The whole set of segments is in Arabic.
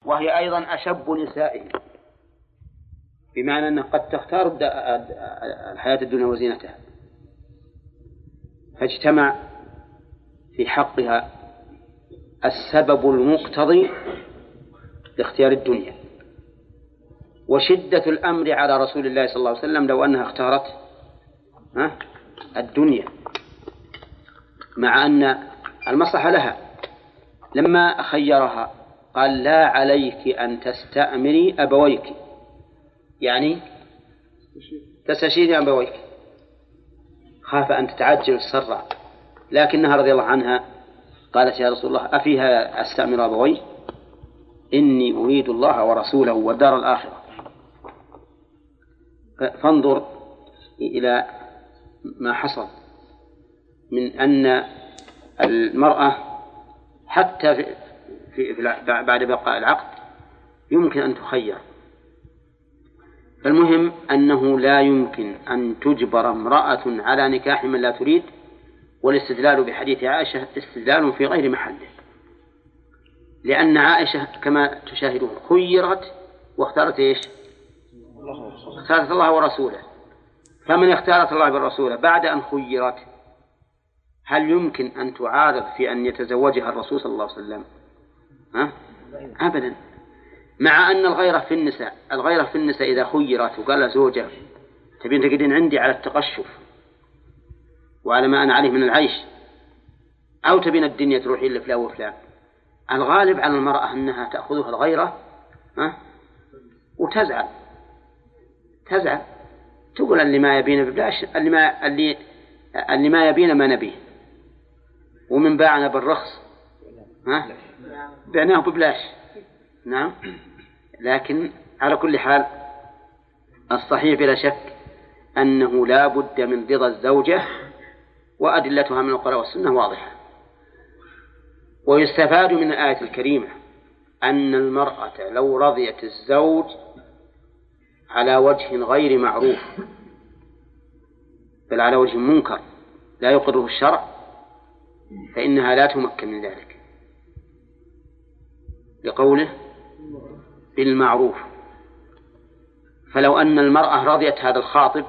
وهي أيضا أشب نسائه، بمعنى أنه قد تختار الحياة الدنيا وزينتها، فاجتمع في حقها السبب المقتضي لاختيار الدنيا، وشدة الأمر على رسول الله صلى الله عليه وسلم لو أنها اختارت الدنيا، مع أن المصلحة لها. لما خيرها قال: لا عليك أن تستأمري أبويك، يعني تستشيري أبويك، خاف أن تتعجل السرع، لكنها رضي الله عنها قالت: يا رسول الله أفيها أستأمر أبوي؟ إني أريد الله ورسوله والدار الآخرة. فانظر إلى ما حصل من أن المرأة حتى بعد بقاء العقد يمكن أن تخير. فالمهم أنه لا يمكن أن تجبر امرأة على نكاح من لا تريد، والاستدلال بحديث عائشة استدلال في غير محله، لأن عائشة كما تشاهدون خيرت واختارت إيش؟ اختارت الله ورسوله. فمن اختارت الله بالرسول بعد أن خيرت، هل يمكن أن تعارض في أن يتزوجها الرسول صلى الله عليه وسلم؟ أبدا. مع أن الغيرة في النساء إذا خيرت وقال زوجة تبين تقعدين عندي على التقشف وعلى ما أنا عليه من العيش، أو تبين الدنيا تروحي لفلان وفلان، الغالب على المرأة أنها تأخذها الغيرة وتزعل، تقول اللي ما يبين ببلاش، اللي ما يبين ما نبيه، ومن باعنا بالرخص بعناه ببلاش. نعم. لكن على كل حال الصحيح بلا شك أنه لا بد من رضا الزوجة، وأدلتها من القرآن والسنة واضحة. ويستفاد من الآية الكريمة أن المرأة لو رضيت الزوج على وجه غير معروف، بل على وجه منكر لا يقره الشرع، فإنها لا تمكن من ذلك، لقوله بالمعروف. فلو أن المرأة رضيت هذا الخاطب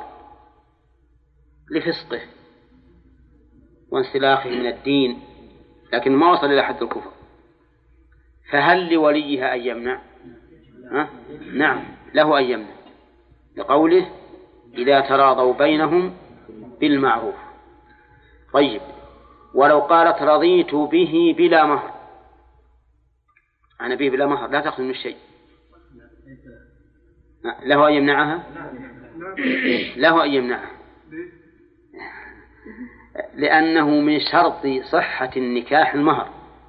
لفسقه وانسلاخه من الدين لكن ما وصل إلى حد الكفر، فهل لوليها أن يمنع؟ نعم، له أن يمنع، لقوله إذا تراضوا بينهم بالمعروف. طيب، ولو قالت رضيت به بلا مهر، أنا به بلا مهر، لا تأخذ من الشيء، له أن يمنعها؟ له أن يمنعها، لأنه من شرط صحة النكاح المهر،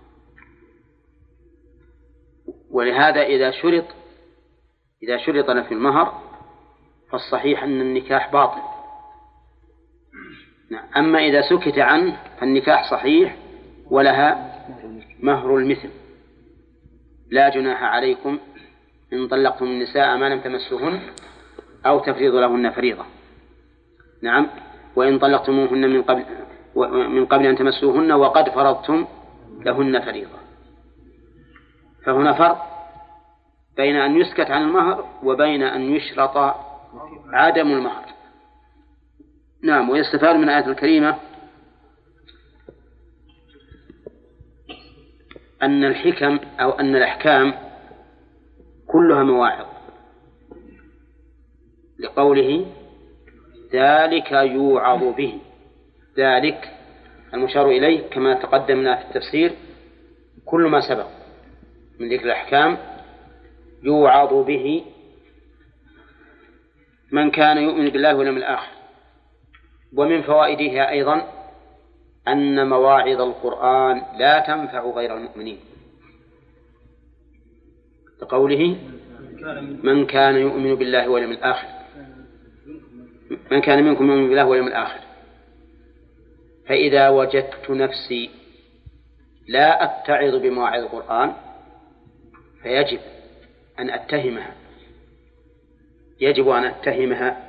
ولهذا إذا شرط في المهر فالصحيح أن النكاح باطل. أما إذا سكت عنه فالنكاح صحيح ولها مهر المثل. لا جناح عليكم إن طلقتم النساء ما لم تمسوهن أو تفرضوا لهن فريضة. نعم، وإن طلقتموهن من قبل أن تمسوهن وقد فرضتم لهن فريضة. فهنا فرق بين أن يسكت عن المهر وبين أن يشرط عدم المهر. نعم. ويستفاد من الآية الكريمة أن الحكم أو أن الأحكام كلها مواعظ، لقوله ذلك يوعظ به. ذلك المشار إليه كما تقدمنا في التفسير كل ما سبق من ذكر الأحكام يوعظ به من كان يؤمن بالله واليوم الآخر. ومن فوائدها أيضا أن مواعظ القرآن لا تنفع غير المؤمنين، لقوله من كان يؤمن بالله واليوم الآخر، من كان منكم يؤمن بالله واليوم الآخر. فإذا وجدت نفسي لا أتعظ بمواعظ القرآن فيجب أن أتهمها، يجب أن أتهمها.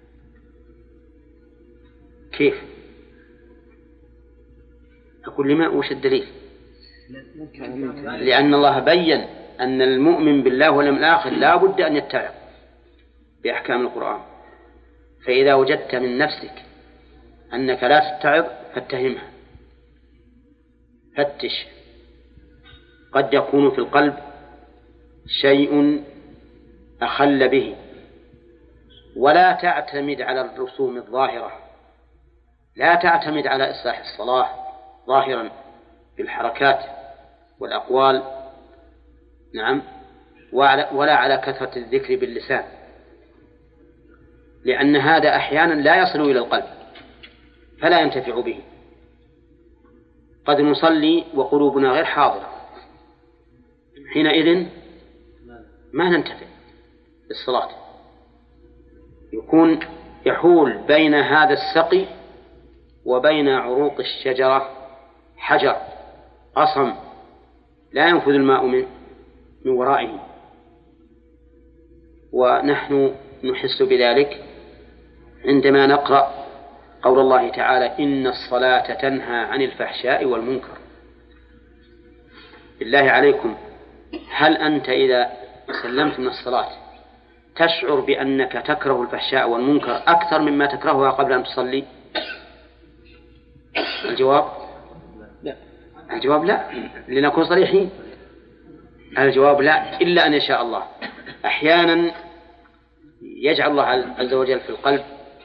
كيف؟ أقول لما وش الدليل؟ لأن الله بيّن أن المؤمن بالله واليوم الآخر لا بد أن يتعظ بأحكام القرآن. فإذا وجدت من نفسك أنك لا تتعظ فاتهمها، فتش، قد يكون في القلب شيء أخل به. ولا تعتمد على الرسوم الظاهرة، لا تعتمد على إصلاح الصلاة ظاهرا بالحركات والأقوال، نعم، ولا على كثرة الذكر باللسان، لأن هذا أحيانا لا يصل إلى القلب فلا ينتفع به. قد نصلي وقلوبنا غير حاضرة، حينئذ ما ننتفع بالصلاة، يحول بين هذا السقي وبين عروق الشجرة حجر أصم لا ينفذ الماء من ورائه. ونحن نحس بذلك عندما نقرأ قول الله تعالى: إن الصلاة تنهى عن الفحشاء والمنكر. بالله عليكم، هل أنت إذا سلمت من الصلاة تشعر بأنك تكره الفحشاء والمنكر أكثر مما تكرهها قبل أن تصلي؟ الجواب لا، لنكون صريحين، الجواب لا، إلا أن يشاء الله. أحيانا يجعل الله عز وجل في القلب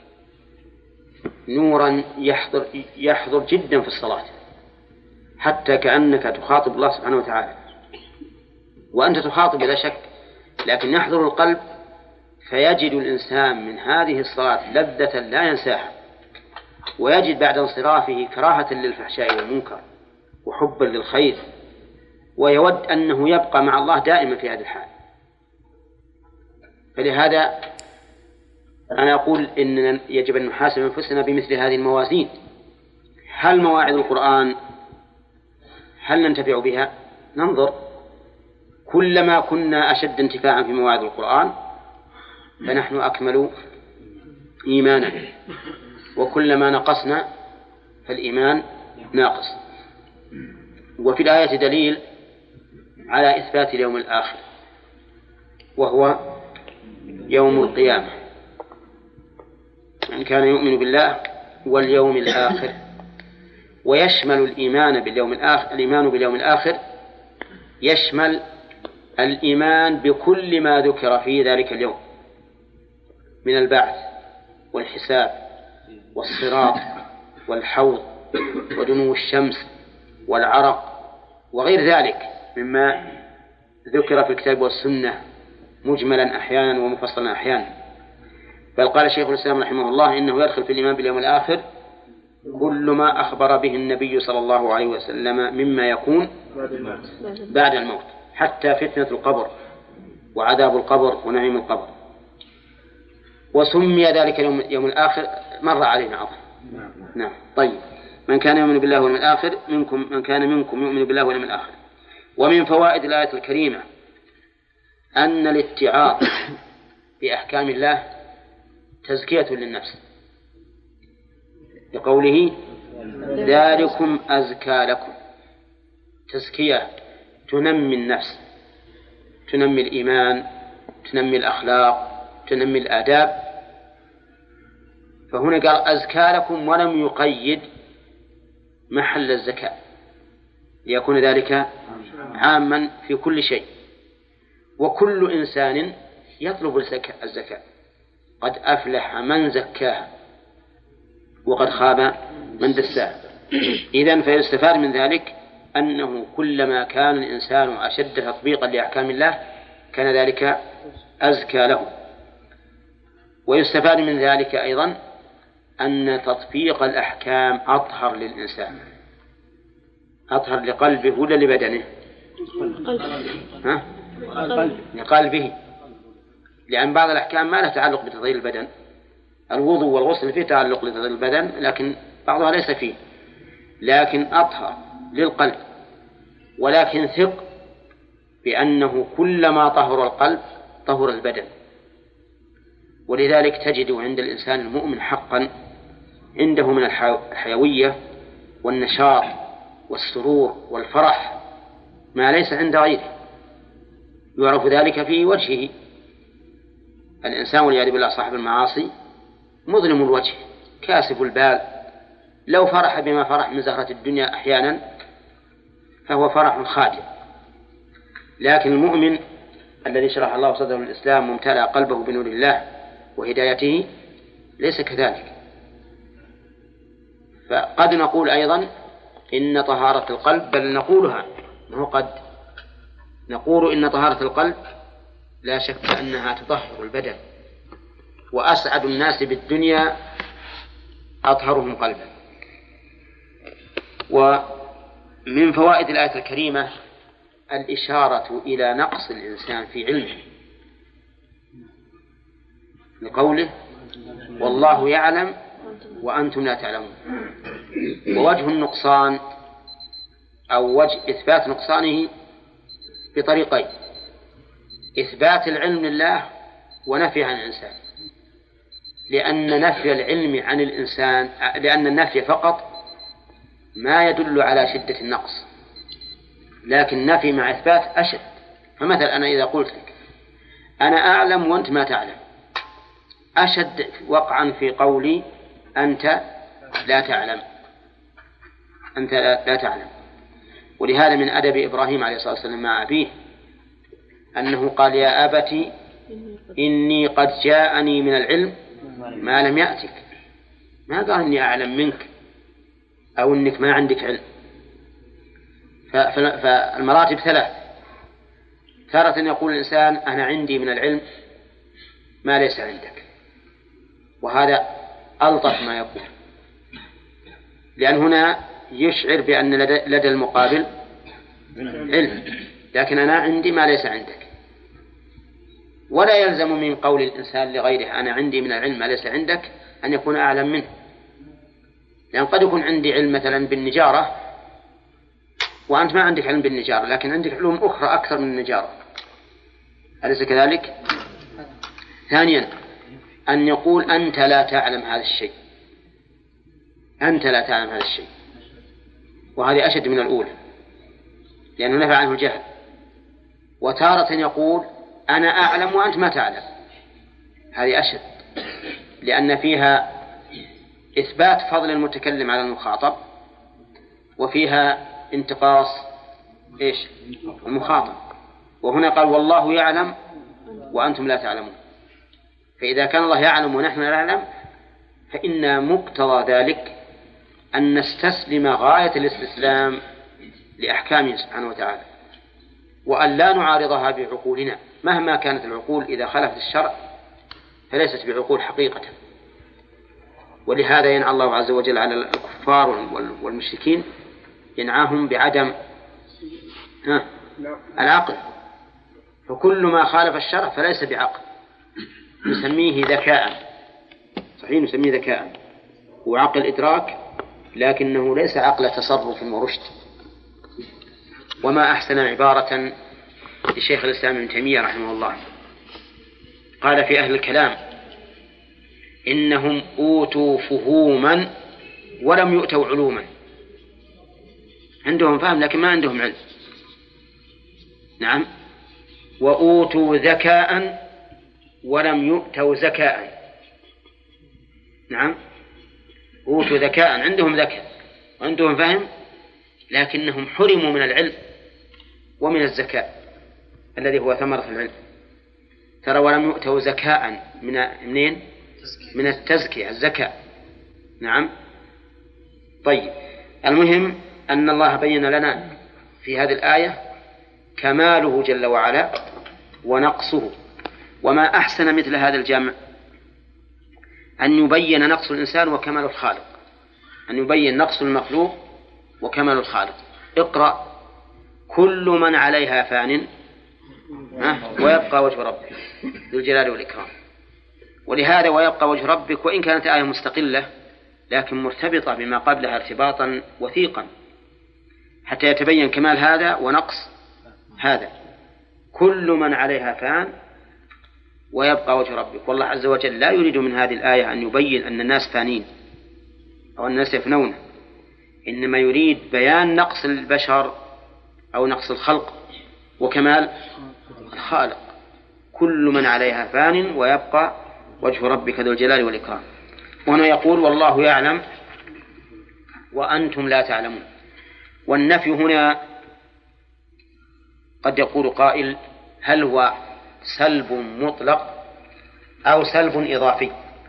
نورا يحضر جدا في الصلاة، حتى كأنك تخاطب الله سبحانه وتعالى، وأنت تخاطب بلا شك، لكن يحضر القلب فيجد الإنسان من هذه الصلاة لذة لا ينساها، ويجد بعد انصرافه كراهة للفحشاء والمنكر وحبا للخير، ويود أنه يبقى مع الله دائما في هذه الحال. فلهذا أنا أقول إننا يجب أن نحاسب أنفسنا بمثل هذه الموازين. هل مواعظ القرآن هل ننتفع بها؟ ننظر، كلما كنا أشد انتفاعا في مواعظ القرآن فنحن أكمل إيمانا، وكلما نقصنا فالإيمان ناقص. وفي الآية دليل على إثبات اليوم الآخر، وهو يوم القيامة. من كان يؤمن بالله واليوم الآخر، ويشمل الإيمان باليوم الآخر. الإيمان باليوم الآخر يشمل الإيمان بكل ما ذكر في ذلك اليوم من البعث والحساب والصراط والحوض ودنو الشمس والعرق وغير ذلك مما ذكر في الكتاب والسنة مجملا أحيانا ومفصلا أحيانا. بل قال شيخ الإسلام رحمه الله إنه يدخل في الإيمان باليوم الآخر كل ما أخبر به النبي صلى الله عليه وسلم مما يكون بعد الموت، حتى فتنة القبر وعذاب القبر ونعيم القبر. وسمي ذلك يوم الآخر مر علينا عظم. نعم. طيب، من كان يؤمن بالله واليوم الآخر من كان منكم يؤمن بالله واليوم الآخر. ومن فوائد الآية الكريمة أن الاتعاظ بأحكام الله تزكية للنفس، لقوله ذلكم أزكى لكم. تزكية تنمي النفس، تنمي الإيمان، تنمي الأخلاق، تنمي الآداب. فهنا قال أزكى لكم ولم يقيد محل الزكاة، ليكون ذلك عاما في كل شيء. وكل إنسان يطلب الزكاة، قد أفلح من زكاها وقد خاب من دساها. إذن فيستفاد من ذلك أنه كلما كان الإنسان أشد تطبيقا لأحكام الله كان ذلك أزكى له. ويستفاد من ذلك أيضا أن تطبيق الأحكام أطهر للإنسان، أطهر لقلبه ولا لبدنه؟ لقلبه، لأن بعض الأحكام ما لها تعلق بتطهير البدن. الوضوء والغسل فيه تعلق بتطهير البدن، لكن بعضها ليس فيه، لكن أطهر للقلب. ولكن ثق بأنه كلما طهر القلب طهر البدن. ولذلك تجد عند الإنسان المؤمن حقا عنده من الحيوية والنشاط والسرور والفرح ما ليس عند غيره. يعرف ذلك في وجهه. الإنسان والعياذ بالله صاحب المعاصي مظلم الوجه كاسف البال، لو فرح بما فرح من زهرة الدنيا أحيانا فهو فرح خادع، لكن المؤمن الذي شرح الله صدره الإسلام وامتلأ قلبه بنور الله وهدايته ليس كذلك. فقد نقول أيضا إن طهارة القلب، بل نقولها قد نقول إن طهارة القلب لا شك أنها تطهر البدن، وأسعد الناس بالدنيا أطهرهم قلبا. ومن فوائد الآية الكريمة الإشارة إلى نقص الإنسان في علمه، لقوله والله يعلم وأنتم لا تعلمون. ووجه النقصان أو وجه إثبات نقصانه بطريقين: إثبات العلم لله ونفي عن الإنسان، لأن نفي العلم عن الإنسان، لأن النفي فقط ما يدل على شدة النقص، لكن نفي مع إثبات أشد. فمثلا أنا إذا قلت لك أنا أعلم وأنت ما تعلم، أشد وقعا في قولي أنت لا تعلم، أنت لا تعلم. ولهذا من أدب إبراهيم عليه الصلاة والسلام مع أبيه أنه قال يا أبت إني قد جاءني من العلم ما لم يأتك، ما قال إني أعلم منك أو إنك ما عندك علم. فالمراتب ثلاث: تارة يقول الإنسان أنا عندي من العلم ما ليس عندك، وهذا ألطف ما يكون، لأن هنا يشعر بأن لدى المقابل علم، لكن أنا عندي ما ليس عندك. ولا يلزم من قول الإنسان لغيره أنا عندي من العلم ما ليس عندك أن يكون أعلم منه، لأن قد يكون عندي علم مثلا بالنجارة وأنت ما عندك علم بالنجارة، لكن عندك علوم أخرى أكثر من النجارة، أليس كذلك؟ ثانيا أن يقول أنت لا تعلم هذا الشيء، أنت لا تعلم هذا الشيء، وهذه أشد من الأولى لأنه نفى عنه الجهل. وتارة يقول أنا أعلم وأنت ما تعلم، هذه أشد لأن فيها إثبات فضل المتكلم على المخاطب، وفيها انتقاص المخاطب. وهنا قال والله يعلم وأنتم لا تعلمون، فإذا كان الله يعلم ونحن لا نعلم فإن مقتضى ذلك أن نستسلم غاية الاستسلام لأحكامه سبحانه وتعالى، وأن لا نعارضها بعقولنا مهما كانت العقول، إذا خالفت الشرع فليست بعقول حقيقة. ولهذا ينعى الله عز وجل على الكفار والمشركين، ينعاهم بعدم العقل، فكل ما خالف الشرع فليس بعقل، نسميه ذكاء، صحيح نسميه ذكاء وعقل إدراك، لكنه ليس عقل تصرف ورشد. وما أحسن عبارة لشيخ الإسلام ابن تيمية رحمه الله، قال في أهل الكلام إنهم أوتوا فهوما ولم يؤتوا علوما، عندهم فهم لكن ما عندهم علم. نعم، وأوتوا ذكاء ولم يؤتوا زكاء. نعم، أوتوا ذكاء، عندهم ذكاء وعندهم فهم، لكنهم حرموا من العلم ومن الزكاء الذي هو ثمرة العلم. ترى ولم يؤتوا زكاء منين؟ من التزكية، الزكاة. نعم. طيب، المهم أن الله بين لنا في هذه الآية كماله جل وعلا ونقصه. وما أحسن مثل هذا الجمع أن يبين نقص الإنسان وكمال الخالق، أن يبين نقص المخلوق وكمال الخالق. اقرأ كل من عليها فان ويبقى وجه ربك ذو الجلال والإكرام. ولهذا ويبقى وجه ربك، وإن كانت آية مستقلة لكن مرتبطة بما قبلها ارتباطا وثيقا حتى يتبين كمال هذا ونقص هذا. كل من عليها فان ويبقى وجه ربك. والله عز وجل لا يريد من هذه الآية أن يبين أن الناس فانين أو الناس يفنون، إنما يريد بيان نقص البشر أو نقص الخلق وكمال الخالق. كل من عليها فان ويبقى وجه ربك ذو الجلال والإكرام. وهنا يقول والله يعلم وأنتم لا تعلمون. والنفي هنا قد يقول قائل هل هو سلب مطلق أو سلب إضافي؟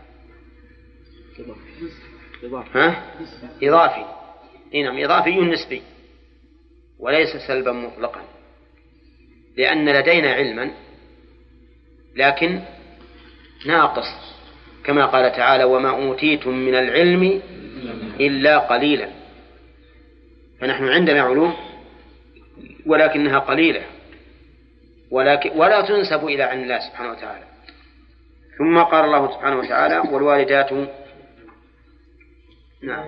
إضافي. نعم، إضافي نسبي وليس سلبا مطلقا، لأن لدينا علما لكن ناقص، كما قال تعالى وما أوتيتم من العلم إلا قليلا. فنحن عندنا علوم ولكنها قليلة ولا تنسب إلى عن الله سبحانه وتعالى. ثم قال الله سبحانه وتعالى والوالدات نعم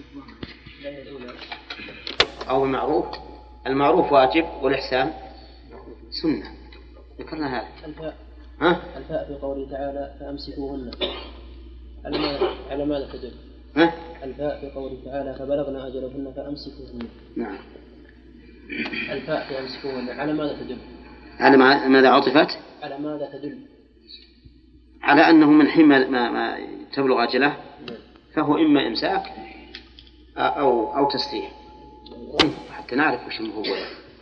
أو المعروف. المعروف واجب والإحسان سنة، ذكرنا هذا. الفاء في قوله تعالى فأمسكوهن على ماذا تدل؟ الفاء في قوله تعالى فبلغنا أجلهن فأمسكوهن. نعم. الفاء في أمسكوهن على ماذا تدل؟ على ماذا عطفت؟ على ماذا تدل؟ على أنه من حين ما تبلغ أجله فهو إما إمساك أو تسريح، حتى نعرف وش المفوضة.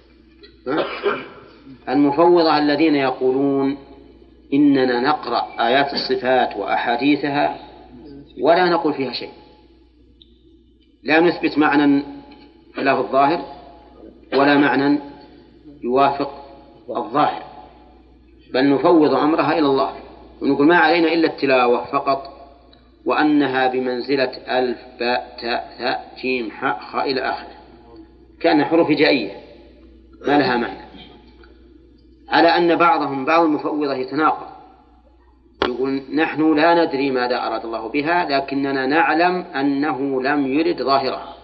المفوضة الذين يقولون إننا نقرأ آيات الصفات وأحاديثها ولا نقول فيها شيء، لا نثبت معنى له الظاهر ولا معنى يوافق الظاهر، بل نفوض أمرها إلى الله ونقول ما علينا إلا التلاوة فقط، وأنها بمنزلة ألف باء تاء ثاء جيم حاء خاء إلى آخره، كأن حروف هجائية ما لها معنى. على أن بعض المفوضة يتناقض، يقول نحن لا ندري ماذا أراد الله بها لكننا نعلم أنه لم يرد ظاهرها.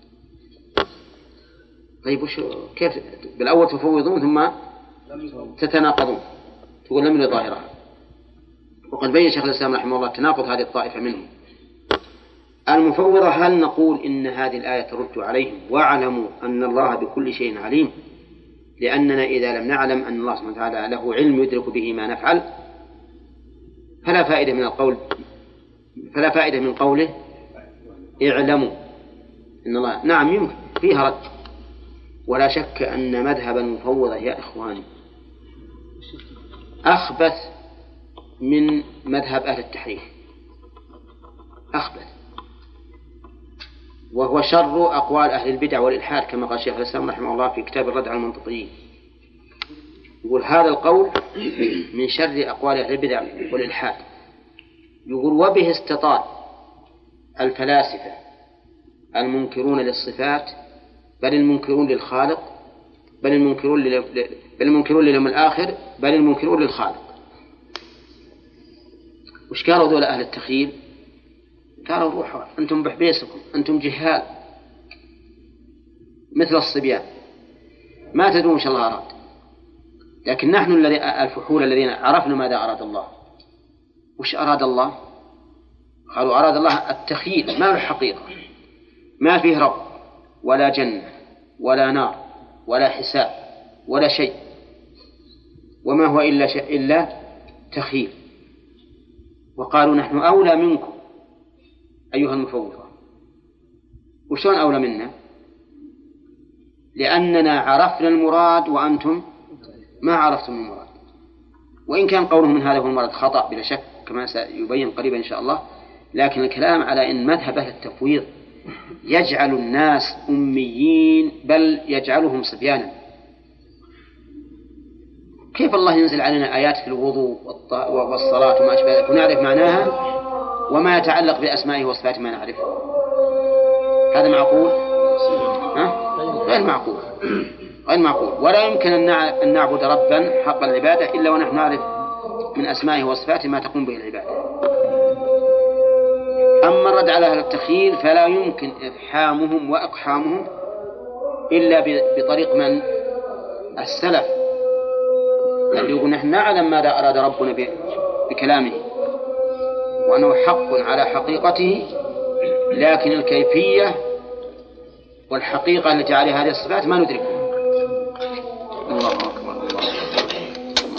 طيب كيف بالأول تفوضون ثم تتناقضون تقول لم يرد ظاهرها؟ وقد بين شيخ الإسلام رحمه الله تناقض هذه الطائفة منهم. المفوضة هل نقول إن هذه الآية ترد عليهم واعلموا أن الله بكل شيء عليم، لأننا إذا لم نعلم أن الله سبحانه وتعالى له علم يدرك به ما نفعل فلا فائدة من قوله اعلموا إن الله. نعم يمكن فيها رد، ولا شك أن مذهب المفوضة يا إخواني أخبث من مذهب أهل التحريف، أخبث، وهو شر أقوال أهل البدع والإلحاد، كما قال شيخ الإسلام رحمه الله في كتاب الرد على المنطقيين، يقول هذا القول من شر أقوال أهل البدع والإلحاد. يقول وبه استطال الفلاسفة المنكرون للصفات بل المنكرون للخالق بل المنكرون لليوم الآخر بل المنكرون للخالق. وش قالوا ذول أهل التخيل؟ قالوا روحوا أنتم بحبيسكم، أنتم جهال مثل الصبيان ما تدرون إن شاء الله أراد، لكن نحن الفحول الذين عرفنا ماذا أراد الله. وش أراد الله؟ قالوا أراد الله التخيل، ما الحقيقة، ما فيه رب ولا جنة ولا نار ولا حساب ولا شيء، وما هو إلا تخيل. وقالوا نحن أولى منكم أيها المفوضة. وشون أولى منا؟ لأننا عرفنا المراد وأنتم ما عرفتم المراد. وإن كان قولهم من هذا هو المراد خطأ بلا شك كما سيبين قريبا إن شاء الله، لكن الكلام على أن مذهب أهل التفويض يجعل الناس أميين بل يجعلهم صبيانا. كيف الله ينزل علينا آيات في الوضوء والصلاة وما أشبه ذلك ونعرف معناها وما يتعلق بأسمائه وصفاته ما نعرفه؟ هذا معقول؟ غير معقول، غير معقول. ولا يمكن أن نعبد ربا حق العبادة إلا ونحن نعرف من أسمائه وصفاته ما تقوم به العبادة. أما الرد على أهل التخيل فلا يمكن إفحامهم وإقحامهم إلا بطريق من؟ السلف، اللي يقول نحن نعلم ماذا أراد ربنا بكلامه وأنه حق على حقيقته، لكن الكيفية والحقيقة التي عليها هذه الصفات ما ندركها. الله أكبر الله أكبر.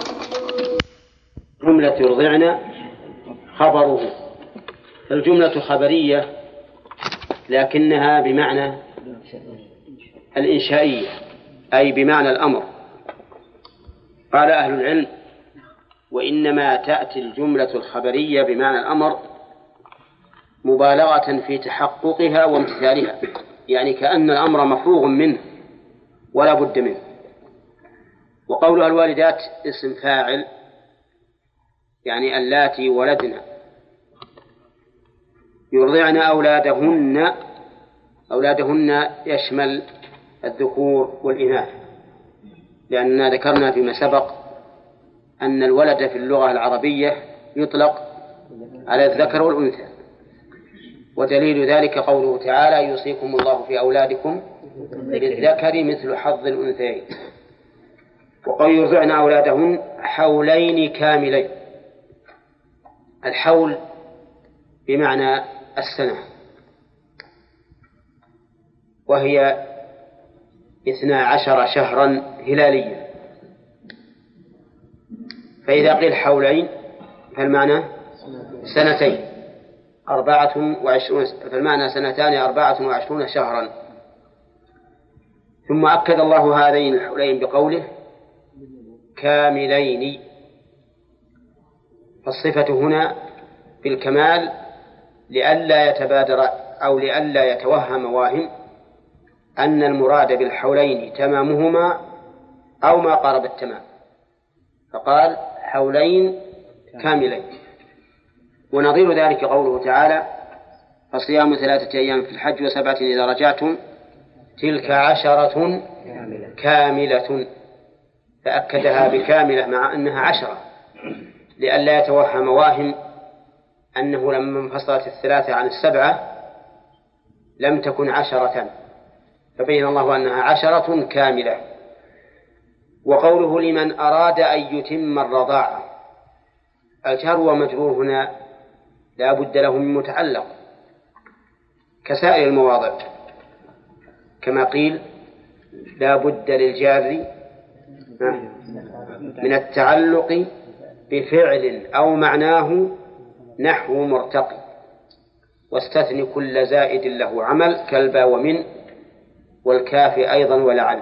جملة يرضعن خبره، فالجملة خبرية لكنها بمعنى الإنشائية، أي بمعنى الأمر. قال أهل العلم: وإنما تأتي الجملة الخبرية بمعنى الأمر مبالغة في تحققها وامتثالها، يعني كأن الأمر مفروغ منه ولا بد منه. وقولها الوالدات اسم فاعل، يعني اللاتي ولدن يرضعن أولادهن يشمل الذكور والإناث، لأننا ذكرنا فيما سبق أن الولد في اللغة العربية يطلق على الذكر والأنثى، ودليل ذلك قوله تعالى: يوصيكم الله في أولادكم للذكر مثل حظ الأنثيين. وقول يرضعن أولادهن حولين كاملين، الحول بمعنى السنة، وهي 12 شهرا هلاليا. فإذا قيل حولين فالمعنى سنتين 24، فالمعنى سنتان 24 شهرا. ثم أكد الله هذين الحولين بقوله كاملين، فالصفة هنا بالكمال لئلا يتبادر أو لئلا يتوهم واهم أن المراد بالحولين تمامهما أو ما قارب التمام، فقال حولين كاملين. ونظير ذلك قوله تعالى: فصيام 3 أيام في الحج و7 إذا رجعتم تلك 10 كاملة، فأكدها بكاملة مع أنها 10 لئلا يتوهم واهم أنه لما انفصلت 3 عن 7 لم تكن 10، فبين الله أنها 10 كاملة. وقوله لمن أراد أن يتم الرضاعة، الجار ومجرور هنا لا بد له من متعلق كسائر المواضع، كما قيل لا بد للجار من التعلق بفعل أو معناه نحو مرتقي، واستثني كل زائد له عمل كالبا ومن والكاف أيضا ولعل.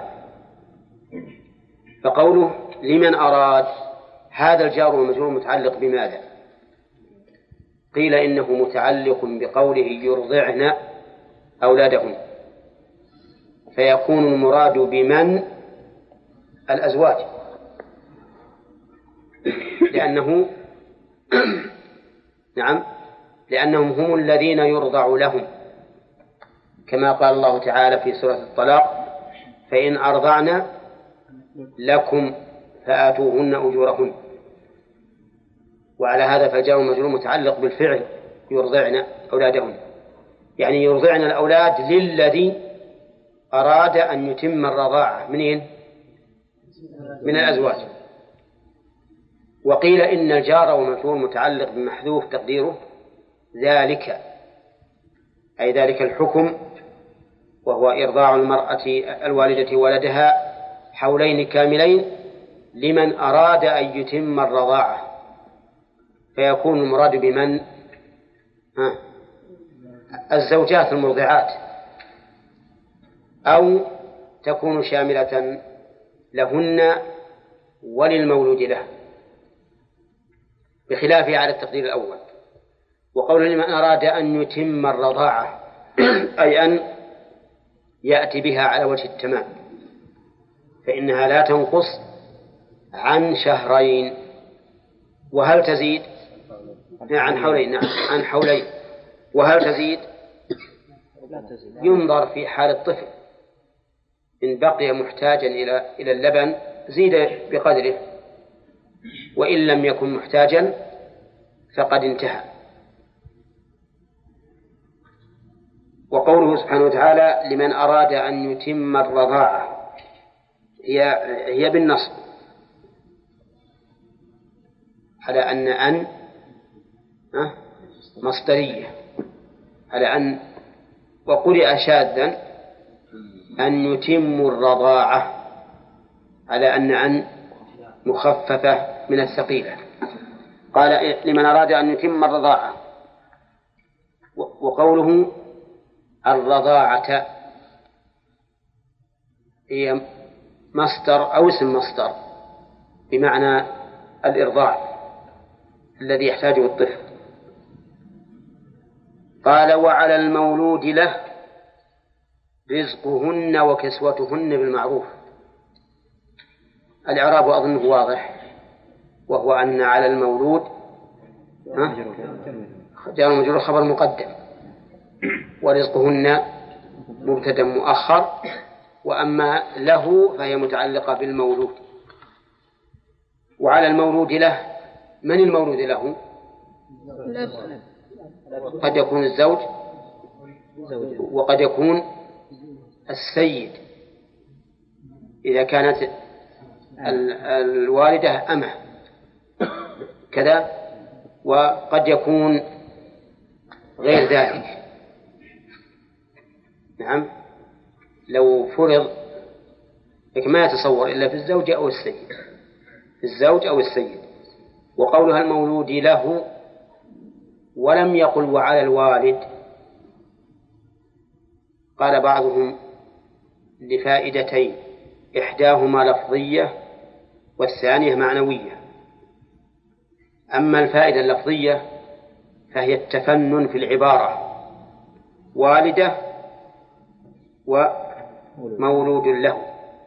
فقوله لمن أراد، هذا الجار والمجرور متعلق بماذا؟ قيل إنه متعلق بقوله يرضعن أولادهن، فيكون المراد بمن الأزواج، لأنه نعم، لأنهم هم الذين يرضع لهم، كما قال الله تعالى في سورة الطلاق: فإن أرضعن لكم فآتوهن أجورهن. وعلى هذا فالجار والمجرور متعلق بالفعل يرضعن أولادهن، يعني يرضعن الأولاد للذي أراد أن يتم الرضاعة منين؟ من الأزواج. وقيل إن الجار والمجرور متعلق بمحذوف تقديره ذلك، أي ذلك الحكم، وهو إرضاع المرأة الوالدة ولدها حولين كاملين لمن أراد أن يتم الرضاعة، فيكون المراد بمن الزوجات المرضعات، أو تكون شاملة لهن وللمولود له، بخلافه على التقدير الأول. وقول لمن أراد أن يتم الرضاعة أي أن يأتي بها على وجه التمام، فإنها لا تنقص عن 2 شهرين. وهل تزيد عن حولين؟ نعم، عن حولين. وهل تزيد؟ ينظر في حال الطفل، إن بقي محتاجا إلى اللبن زيد بقدره، وإن لم يكن محتاجا فقد انتهى. وقوله سبحانه وتعالى لمن أراد أن يتم الرضاعة هي بالنصب، على أن مصدرية، على أن، وقرئ شاذا أن يتم الرضاعة، على أن مخففة من الثقيلة. قال لمن أراد أن يتم الرضاعة. وقوله الرضاعة هي مصدر أو اسم مصدر بمعنى الإرضاع الذي يحتاجه الطفل. قال وعلى المولود له رزقهن وكسوتهن بالمعروف. الإعراب أظنه واضح، وهو أن على المولود جار ومجرور خبر مقدم، ورزقهن مبتدأ مؤخر، وأما له فهي متعلقة بالمولود. وعلى المولود له، من المولود له؟ قد يكون الزوج وقد يكون السيد إذا كانت الوالدة أمه كذا، وقد يكون غير ذلك. نعم، لو فرض ما يتصور إلا في الزوج أو السيد، الزوج أو السيد. وقولها المولود له ولم يقل وعلى الوالد، قال بعضهم لفائدتين، إحداهما لفظية والثانية معنوية. أما الفائدة اللفظية فهي التفنن في العبارة، والدة ومولود له.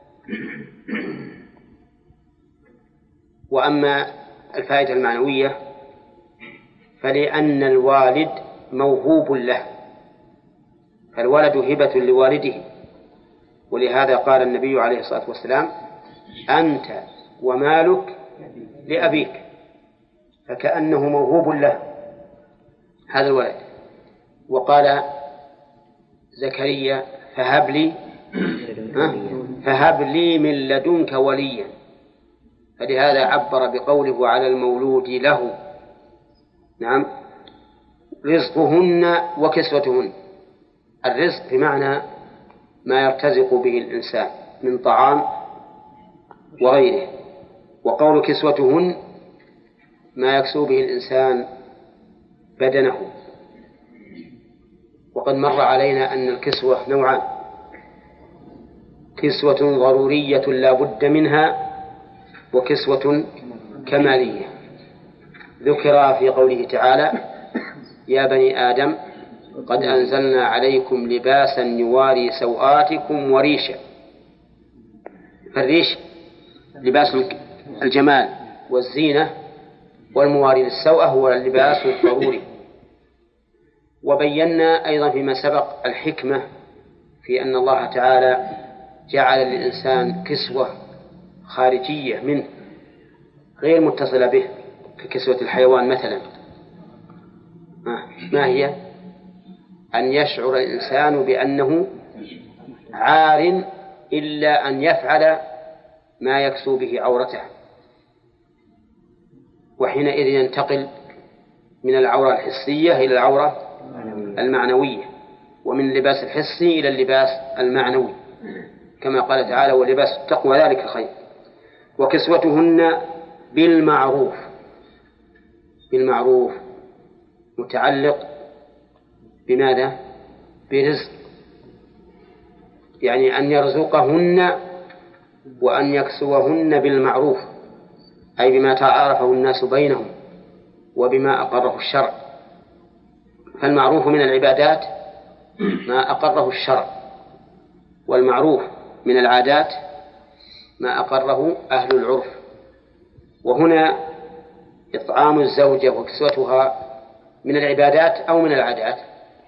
وأما الفائدة المعنوية فلأن الوالد موهوب له، فالولد هبة لوالده، ولهذا قال النبي عليه الصلاة والسلام أنت ومالك لأبيك، فكأنه موهوب له هذا الولد. وقال زكريا فهب لي من لدنك وليا، فلهذا عبر بقوله على المولود له. نعم، رزقهن وكسوتهن. الرزق بمعنى ما يرتزق به الإنسان من طعام وغيره، وقول كسوتهن ما يكسو به الإنسان بدنه. وقد مر علينا أن الكسوة نوعان: كسوة ضرورية لا بد منها، وكسوة كمالية. ذكر في قوله تعالى يا بني آدم قد أنزلنا عليكم لباسا يواري سوآتكم وريشا. فالريش لباس الجمال والزينة، والمواري للسوءة هو اللباس الضروري. وبينا أيضا فيما سبق الحكمة في أن الله تعالى جعل للإنسان كسوة خارجية منه غير متصلة به، ككسوة الحيوان مثلا. ما هي؟ أن يشعر الإنسان بأنه عار إلا أن يفعل ما يكسو به عورته، وحينئذ ينتقل من العورة الحسية إلى العورة المعنوية، ومن اللباس الحسي إلى اللباس المعنوي، كما قال تعالى ولباس التقوى ذلك الخير. وكسوتهن بالمعروف. بالمعروف متعلق بماذا؟ برزق، يعني أن يرزقهن وأن يكسوهن بالمعروف، أي بما تعارفه الناس بينهم وبما أقره الشرع. فالمعروف من العبادات ما أقره الشرع، والمعروف من العادات ما أقره أهل العرف. وهنا إطعام الزوجة وكسوتها من العبادات أو من العادات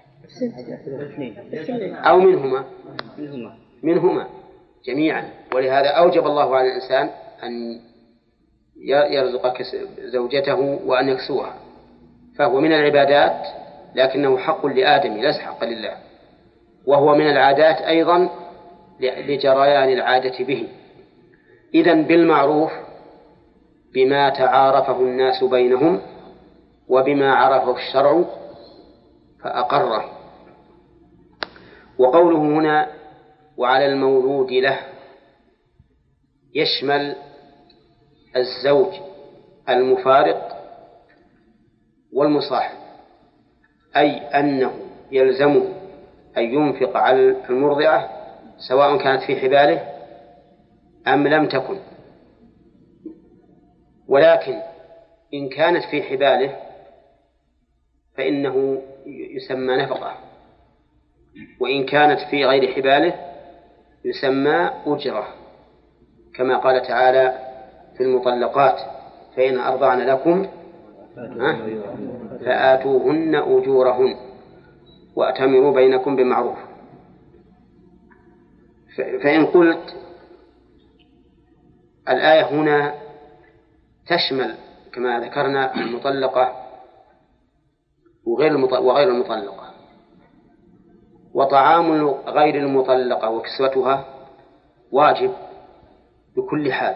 أو منهما جميعا. ولهذا أوجب الله على الإنسان أن يرزق زوجته وأن يكسوها، فهو من العبادات لكنه حق لآدم ليس حقا لله، وهو من العادات أيضا لجريان العادة به. إذن بالمعروف بما تعارفه الناس بينهم وبما عرفه الشرع فأقره. وقوله هنا وعلى المولود له يشمل الزوج المفارق والمصاحب، أي أنه يلزمه أن ينفق على المرضعة سواء كانت في حباله أم لم تكن، ولكن إن كانت في حباله فإنه يسمى نفقة، وإن كانت في غير حباله يسمى أجرة، كما قال تعالى في المطلقات: فإن أرضعن لكم فآتوهن أجورهن وأتمروا بينكم بمعروف. فإن قلت الآية هنا تشمل كما ذكرنا المطلقة وغير المطلقة، وطعام غير المطلقة وكسوتها واجب بكل حال،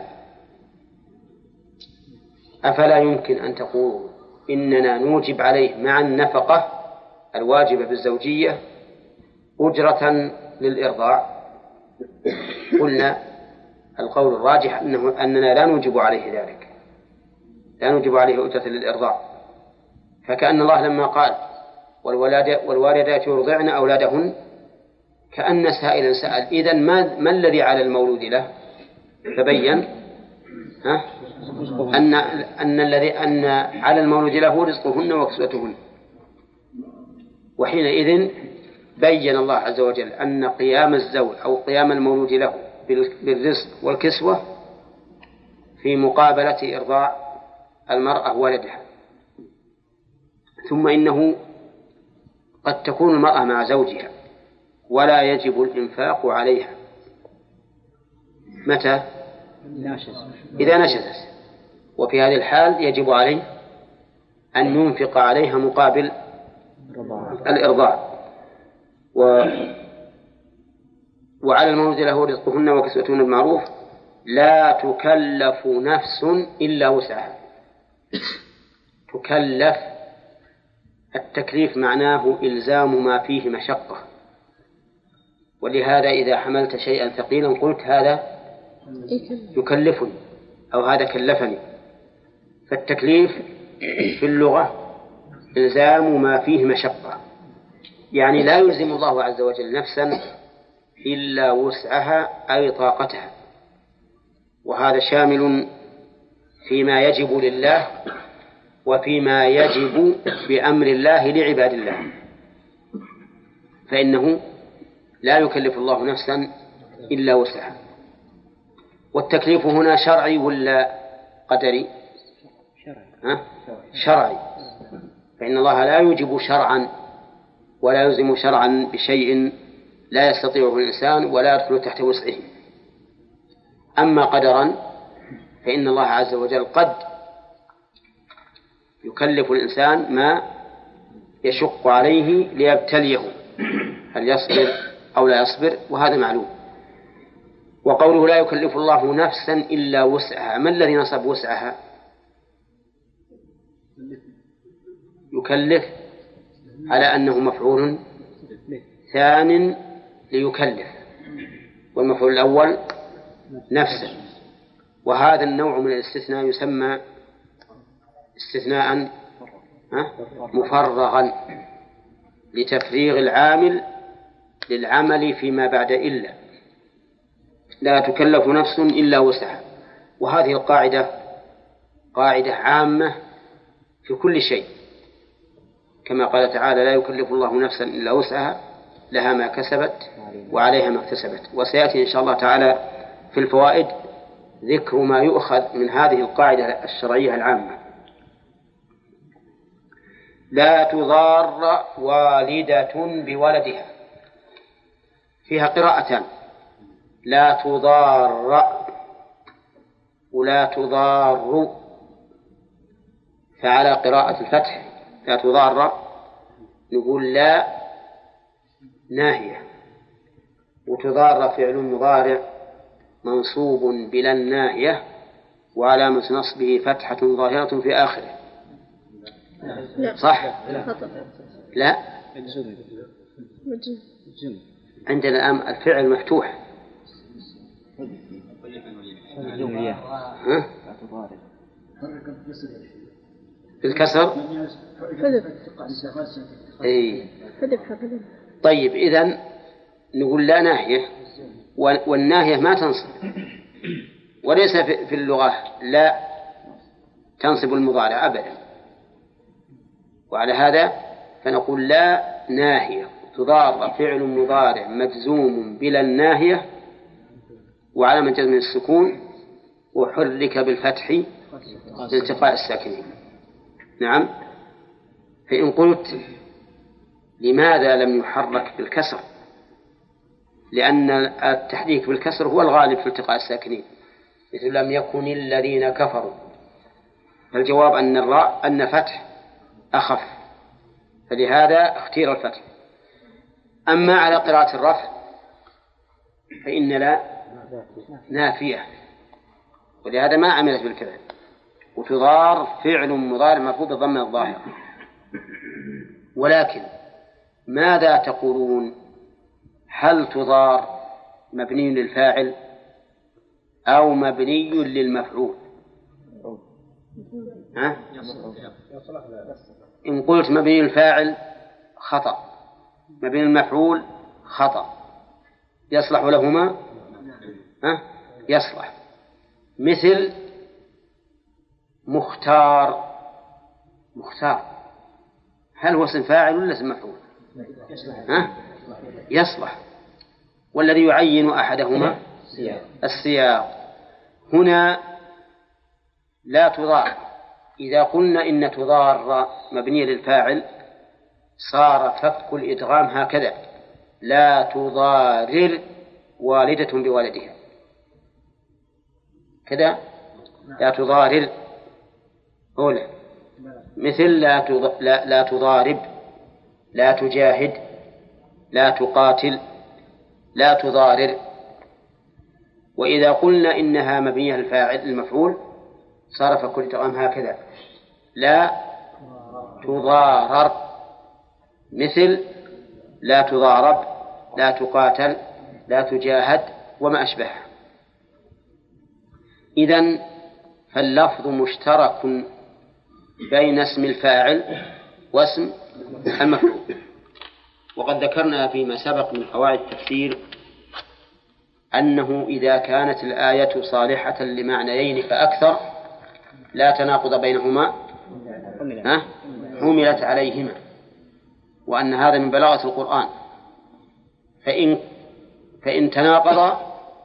أفلا يمكن أن تقول إننا نوجب عليه مع النفقة الواجبة بالزوجية أجرة للإرضاع؟ قلنا القول الراجح أننا لا نوجب عليه ذلك، لا نوجب عليه أجرة للإرضاع. فكأن الله لما قال والوالدات يرضعن أولادهن كأن سائلا سأل إذن ما الذي على المولود له؟ فبين أن على المولود له رزقهن وكسوتهن. وحينئذ بين الله عز وجل أن قيام الزوج أو قيام المولود له بالرزق والكسوة في مقابلة إرضاع المرأة ولدها. ثم إنه قد تكون المرأة مع زوجها ولا يجب الإنفاق عليها. متى؟ إذا نشزت، وفي هذه الحال يجب عليه أن ينفق عليها مقابل الإرضاع. وعلى المولود له رزقهن وكسوتهن بالمعروف لا تكلف نفس إلا وسعها. تكلف، التكليف معناه إلزام ما فيه مشقة، ولهذا إذا حملت شيئا ثقيلا قلت هذا يكلفني أو هذا كلفني. فالتكليف في اللغة إلزام ما فيه مشقة، يعني لا يلزم الله عز وجل نفسا إلا وسعها أي طاقتها، وهذا شامل فيما يجب لله وفيما يجب بأمر الله لعباد الله، فإنه لا يكلف الله نفسا إلا وسعها. والتكليف هنا شرعي ولا قدري؟ شرعي، فإن الله لا يوجب شرعا ولا يلزم شرعا بشيء لا يستطيعه الإنسان ولا يدخل تحت وسعه. أما قدرا فإن الله عز وجل قد يكلف الإنسان ما يشق عليه ليبتليه هل يصبر أو لا يصبر، وهذا معلوم. وقوله لا يكلف الله نفسا إلا وسعها، ما الذي نصب وسعها؟ يكلف على أنه مفعول ثان ليكلف، والمفعول الأول نفسه. وهذا النوع من الاستثناء يسمى استثناء مفرغا لتفريغ العامل للعمل فيما بعد إلا. لا تكلف نفس إلا وسعها، وهذه القاعدة قاعدة عامة في كل شيء، كما قال تعالى لا يكلف الله نفسا إلا وسعها لها ما كسبت وعليها ما اكتسبت. وسيأتي إن شاء الله تعالى في الفوائد ذكر ما يؤخذ من هذه القاعدة الشرعية العامة. لا تضار والدة بولدها، فيها قراءتان، لا تضار ولا تضار، فعلى قراءة الفتح لا تضار نقول لا ناهية، وتضار فعل مضارع منصوب بلا الناهية وعلامة نصبه فتحة ظاهرة في آخره. صح؟ لا، عندنا الآن الفعل مفتوح. بالكسر. أي. طيب إذن نقول لا ناهية، والناهية ما تنصب، وليس في اللغة لا تنصب المضارع أبدا، وعلى هذا فنقول لا ناهية تضار فعل مضارع مجزوم بلا الناهية وعلامة جزم السكون وحرك بالفتح لالتقاء الساكنين. نعم. فإن قلت لماذا لم يحرك بالكسر؟ لأن التحريك بالكسر هو الغالب في التقاء الساكنين، مثل لم يكن الذين كفروا، فالجواب أن فتح أخف، فلهذا اختير الفتح. أما على قراءة الرفع فإن لا نافية، ولهذا ما عملت بالفعل، وتضار فعل مضارع مرفوع بالضم الظاهر. ولكن ماذا تقولون؟ هل تضار مبني للفاعل أو مبني للمفعول؟ ها؟ إن قلت مبني للفاعل خطأ، مبني للمفعول خطأ، يصلح لهما؟ ها؟ يصلح. مثل مختار، هل هو اسم فاعل ولا اسم مفعول؟ ها؟ يصلح. والذي يعين أحدهما السياق. هنا لا تضار، إذا قلنا إن تضار مبنية للفاعل صار فك الإدغام هكذا: لا تضارر والدة بولدها، كذا لا تضارر أولى. مثل لا تضارب، لا تجاهد، لا تقاتل، لا تضارر. وإذا قلنا إنها مبنية للفاعل المفعول صار فك الإدغام هكذا: لا تضارر، مثل لا تضارب، لا تقاتل، لا تجاهد وما أشبهها. إذن فاللفظ مشترك بين اسم الفاعل واسم المفعول. وقد ذكرنا فيما سبق من قواعد التفسير أنه إذا كانت الآية صالحة لمعنيين فأكثر لا تناقض بينهما، حملت عليهما، وأن هذا من بلاغة القرآن. فإن تناقض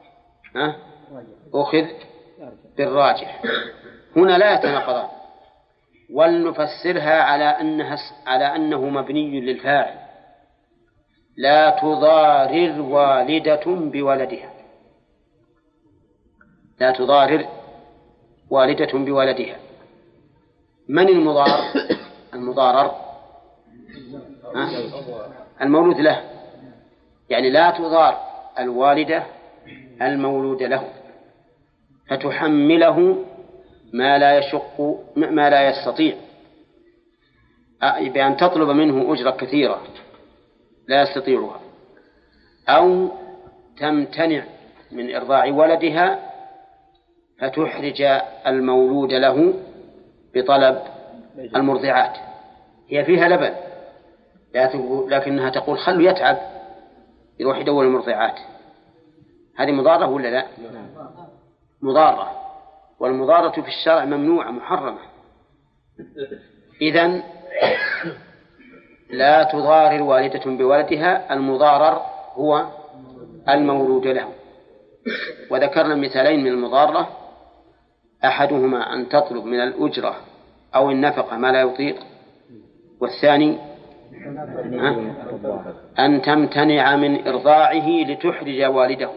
أخذ بالراجح. هنا لا يتناقضان، ولنفسرها على أنه مبني للفاعل: لا تضارر والدة بولدها، لا تضارر والدة بولدها. من المضارر المولود له، يعني لا تضار الوالدة المولود له فتحمله ما لا يستطيع، بأن تطلب منه أجرة كثيرة لا يستطيعها، أو تمتنع من إرضاع ولدها فتحرج المولود له بطلب المرضعات. هي فيها لبن لكنها تقول خلوا يتعب يروح يدور المرضعات. هذه مضارة ولا لا؟ مضارة، والمضارة في الشرع ممنوعة محرمة. إذن لا تضارر والدة بولدها، المضارر هو المولود له. وذكرنا مثالين من المضارة: أحدهما أن تطلب من الأجرة أو النفقة ما لا يطيق، والثاني أن تمتنع من إرضاعه لتحرج والده.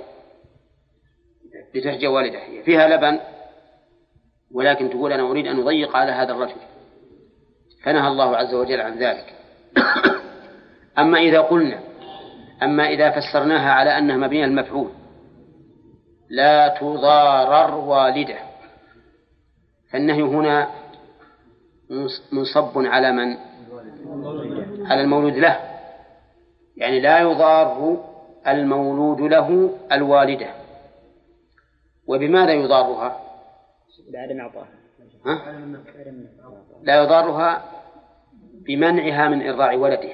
فيها لبن ولكن تقول أنا أريد أن أضيق على هذا الرجل، فنهى الله عز وجل عن ذلك. أما إذا فسرناها على أنها مبنية المفعول: لا تضارر والده، فالنهي هنا منصب على من؟ على المولود له، يعني لا يضار المولود له الوالدة. وبماذا يضارها؟ لا يضارها بمنعها من إرضاع ولدها،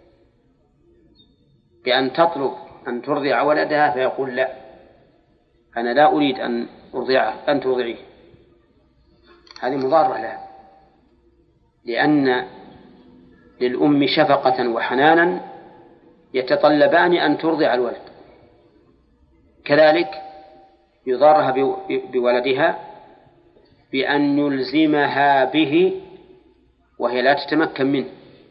بأن تطلب أن ترضع ولدها فيقول لا، أنا لا أريد أن أرضعه، أن ترضعيه. هذه مضارة لها، لأن للأم شفقة وحنانا يتطلبان أن ترضع الولد. كذلك يضارها بولدها بأن يلزمها به وهي لا تتمكن منه،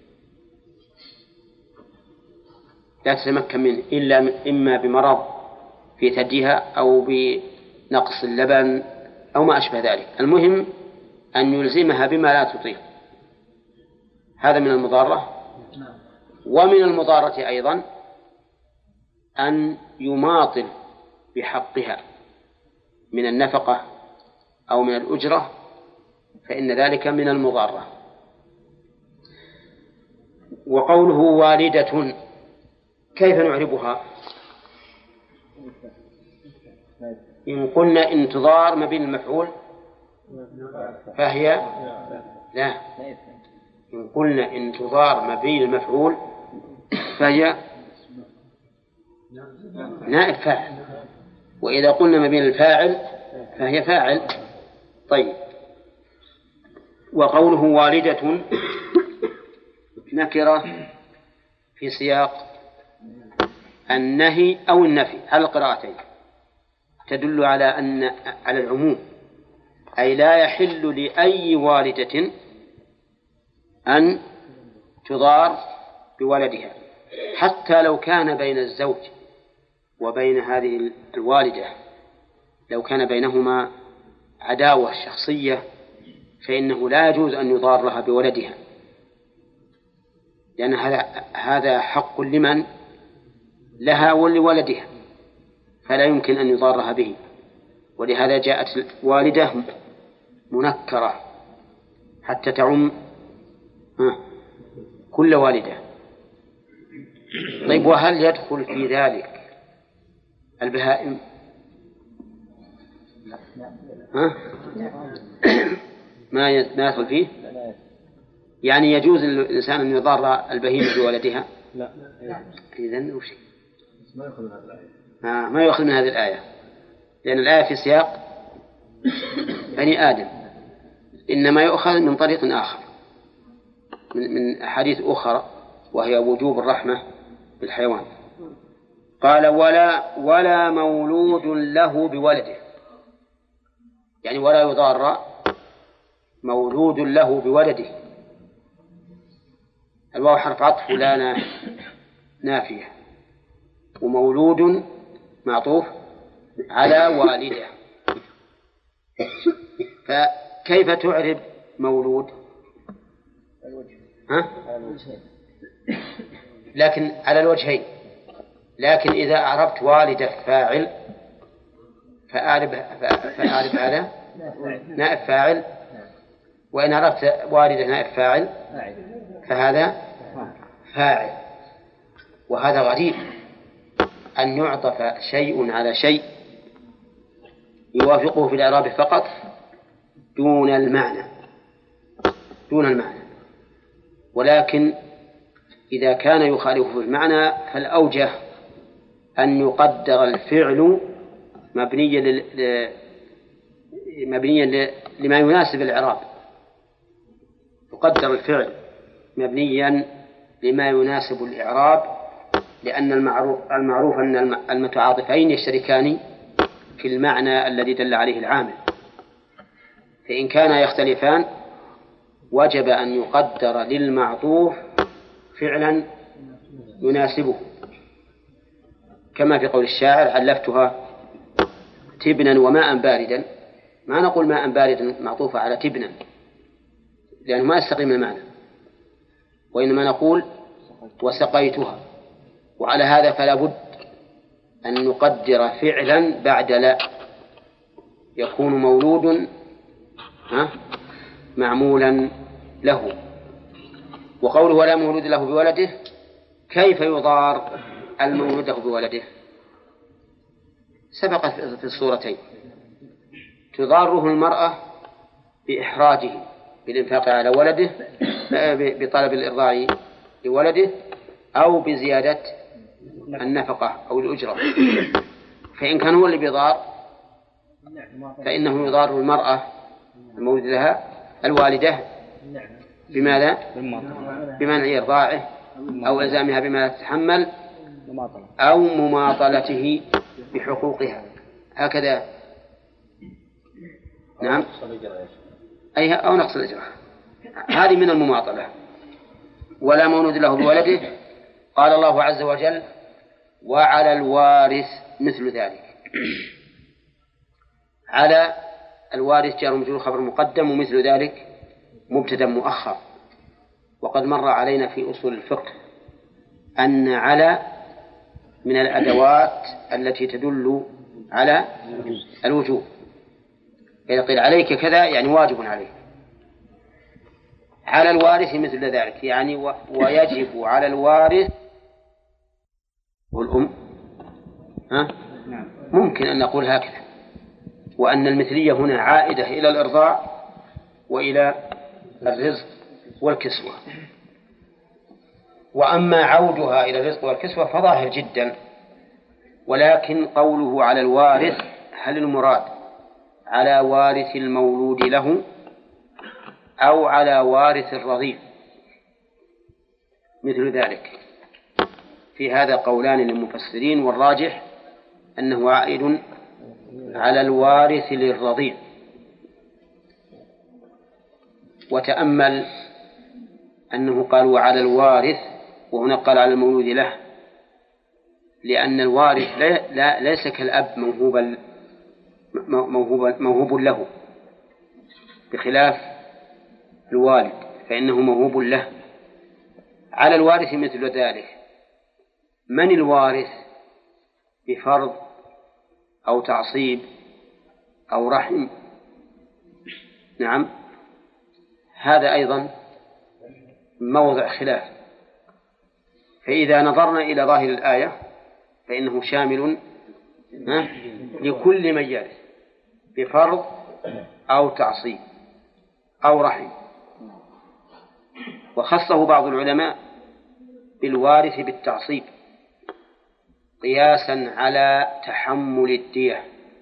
لا تتمكن منه إلا إما بمرض في ثديها أو بنقص اللبن أو ما أشبه ذلك. المهم أن يلزمها بما لا تطيق. هذا من المضارة. ومن المضارة أيضا أن يماطل بحقها من النفقة أو من الأجرة، فإن ذلك من المضارة. وقوله والدة كيف نعربها؟ إن قلنا إن تضار ما بين المفعول فهي لا، إن قلنا إن تضار ما بين المفعول فهي نائب فاعل، وإذا قلنا ما بين الفاعل فهي فاعل. طيب، وقوله والدة نكرة في سياق النهي أو النفي على القراءتين، تدل على العموم، أي لا يحل لأي والدة أن تضار بولدها، حتى لو كان بين الزوج وبين هذه الوالدة، لو كان بينهما عداوة شخصية فإنه لا يجوز أن يضارها بولدها، لأن هذا حق لمن؟ لها ولولدها، فلا يمكن أن يضارها به. ولهذا جاءت والدة منكرة حتى تعم كل والدة. طيب، وهل يدخل في ذلك البهائم؟ ما يدخل فيه؟ يعني يجوز للإنسان أن يضار البهيمة بولدها؟ لا. إذن وش؟ ما يؤخذ من هذه الآية، لأن الآية في سياق بني آدم، إنما يؤخذ من طريق آخر، من أحاديث أخرى، وهي وجوب الرحمة بالحيوان. قال ولا مولود له بولده، يعني ولا يضار مولود له بولده. الواو حرف عطف لا نافية، ومولود معطوف على والده. فكيف تعرب مولود؟ لكن على الوجهين، لكن إذا أعربت والدة فاعل فأعرب على نائب فاعل، وإن عرفت والدة نائب فاعل فهذا فاعل. وهذا غريب أن يعطف شيء على شيء يوافقه في الإعراب فقط دون المعنى، ولكن إذا كان يخالفه في المعنى فالأوجه أن يقدر الفعل مبنيا لما يناسب الإعراب، يقدر الفعل مبنيا لما يناسب الإعراب، لأن المعروف أن المتعاطفين يشتركان في المعنى الذي دل عليه العامل، فإن كانا يختلفان وجب أن يقدر للمعطوف فعلا يناسبه، كما في قول الشاعر علفتها تبنا وماء باردا. ما نقول ماء باردا معطوفة على تبنا لأنه ما يستقيم المعنى، وإنما نقول وسقيتها. وعلى هذا فلا بد أن نقدر فعلا بعد لا، يكون مولود معمولا له. وقوله ولا مولود له بولده، كيف يضار المولود له بولده؟ سبق في الصورتين، تضاره المرأة بإحراجه بالإنفاق على ولده بطلب الإرضاع لولده أو بزيادة النفقة أو الأجرة. فإن كان هو اللي بيضار فإنه يضار المرأة المولود لها الوالدة بماذا؟ بمنع إرضاعه أو إلزامها بما لا تتحمل أو مماطلته بحقوقها، هكذا. نعم، أو نقص الأجرة، هذه من المماطلة. ولا مولود له بولده، قال الله عز وجل: وعلى الوارث مثل ذلك. على الوارث جار مجرور خبر مقدم، ومثل ذلك مبتدأ مؤخر. وقد مر علينا في أصول الفقه أن على من الأدوات التي تدل على الوجوب. إذا قيل عليك كذا يعني واجب عليك. على الوارث مثل ذلك يعني ويجب على الوارث والأم. ممكن أن نقول هكذا، وأن المثلية هنا عائدة إلى الإرضاع وإلى الرزق والكسوة. وأما عودها إلى الرزق والكسوة فظاهر جدا. ولكن قوله على الوارث، هل المراد على وارث المولود له أو على وارث الرضيع؟ مثل ذلك في هذا قولان للمفسرين، والراجح أنه عائد على الوارث للرضيع. وتأمل أنه قال وعلى الوارث وهنا قال على المولود له، لأن الوارث ليس كالأب موهوب له، بخلاف الوالد فإنه موهوب له. على الوارث مثل ذلك. من الوارث بفرض أو تعصيب أو رحم؟ نعم، هذا أيضا موضع خلاف. فإذا نظرنا إلى ظاهر الآية فإنه شامل لكل من يرث بفرض أو تعصيب أو رحم. وخصه بعض العلماء بالوارث بالتعصيب قياسا على تحمل الدية،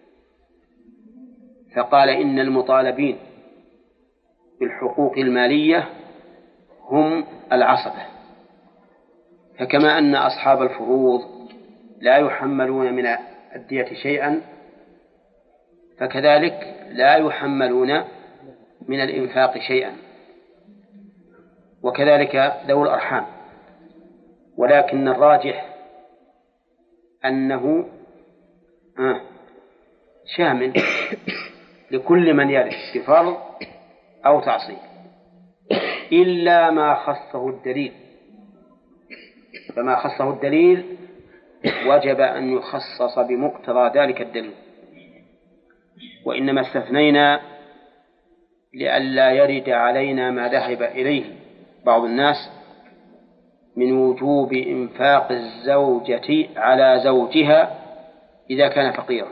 فقال إن المطالبين بالحقوق المالية هم العصبة. فكما أن أصحاب الفروض لا يحملون من الدية شيئا، فكذلك لا يحملون من الإنفاق شيئا، وكذلك ذوي الأرحام. ولكن الراجح أنه شامل لكل من يرث بفرض أو تعصيب، إلا ما خصه الدليل. فما خصه الدليل وجب أن يخصص بمقتضى ذلك الدليل، وإنما استثنينا لئلا يرد علينا ما ذهب إليه بعض الناس من وجوب إنفاق الزوجة على زوجها إذا كان فقيرا.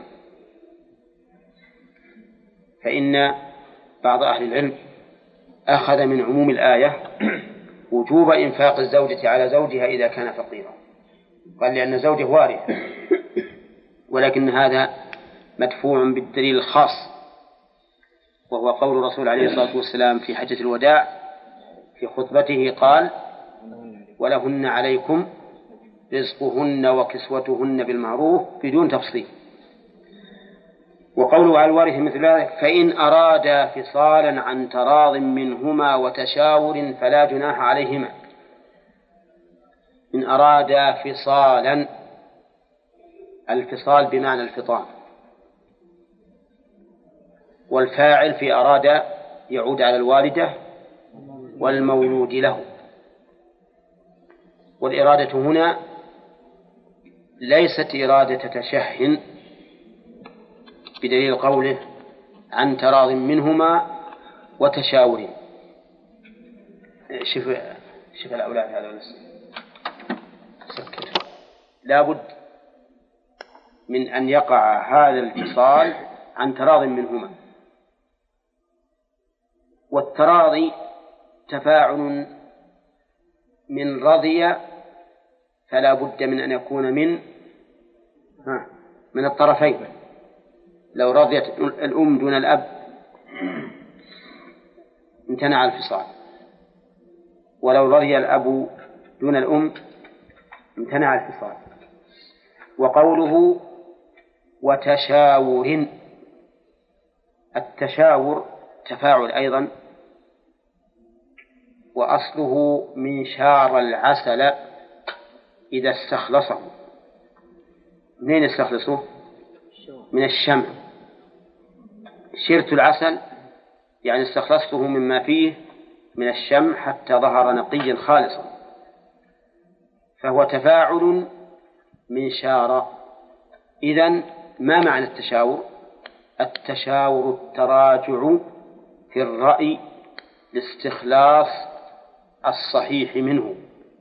فإن بعض أهل العلم أخذ من عموم الآية وجوب إنفاق الزوجة على زوجها إذا كان فقيرا، قال لأن زوجه وارث، ولكن هذا مدفوع بالدليل الخاص، وهو قول الرسول عليه الصلاة والسلام في حجة الوداع في خطبته قال: ولهن عليكم رزقهن وكسوتهن بالمعروف، بدون تفصيل. وقوله على الوارث مثل ذلك: فإن أرادا فصالا عن تراض منهما وتشاور فلا جناح عليهما. إن أرادا فصالا، الفصال بمعنى الفطام، والفاعل في أراد يعود على الوالدة والمولود له. والإرادة هنا ليست إرادة تشهٍ بدليل قوله عن تراض منهما وتشاور. شوف الأولاد هذا سكر. لابد من أن يقع هذا الفصال عن تراض منهما، والتراضي تفاعل من رضي، فلا بد من أن يكون من الطرفين. لو رضيت الأم دون الأب امتنع الفصال، ولو رضي الأب دون الأم امتنع الفصال. وقوله وتشاور، التشاور تفاعل أيضا، وأصله من شار العسل إذا استخلصه. منين استخلصه؟ من الشمع. شرت العسل يعني استخلصته مما فيه من الشمع حتى ظهر نقيا خالصا، فهو تفاعل من شار. إذن ما معنى التشاور؟ التشاور التراجع في الرأي لاستخلاص الصحيح منه.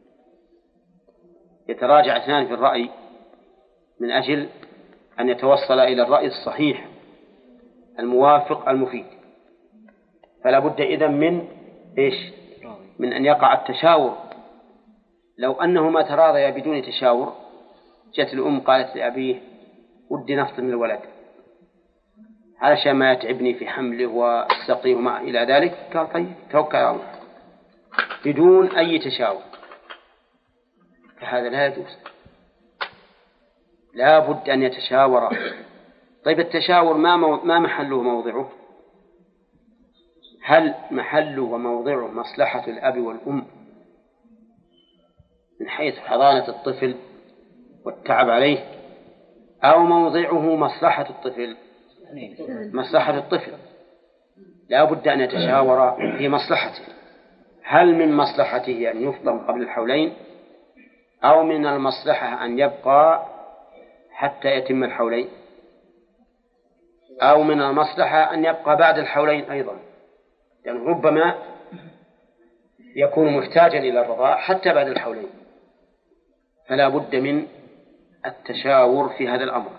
يتراجع اثنان في الرأي من أجل أن يتوصل إلى الرأي الصحيح الموافق المفيد، فلا بد إذن من من أن يقع التشاور. لو أنهما تراضيا بدون تشاور، جاءت الأم قالت لأبيه ودي نفط من الولد علشان ما يتعبني في حمله والسقيه وما إلى ذلك، قال طيب توكل على الله، بدون أي تشاور، فهذا لا يجوز، لا بد أن يتشاور. طيب التشاور ما محله موضعه؟ هل محله وموضعه مصلحة الأب والأم من حيث حضانة الطفل والتعب عليه، أو موضعه مصلحة الطفل؟ مصلحة الطفل، لا بد أن يتشاور في مصلحته. هل من مصلحته أن يفطم قبل الحولين، أو من المصلحة أن يبقى حتى يتم الحولين، أو من المصلحة أن يبقى بعد الحولين أيضا، يعني ربما يكون محتاجا إلى الرضاع حتى بعد الحولين، فلا بد من التشاور في هذا الأمر.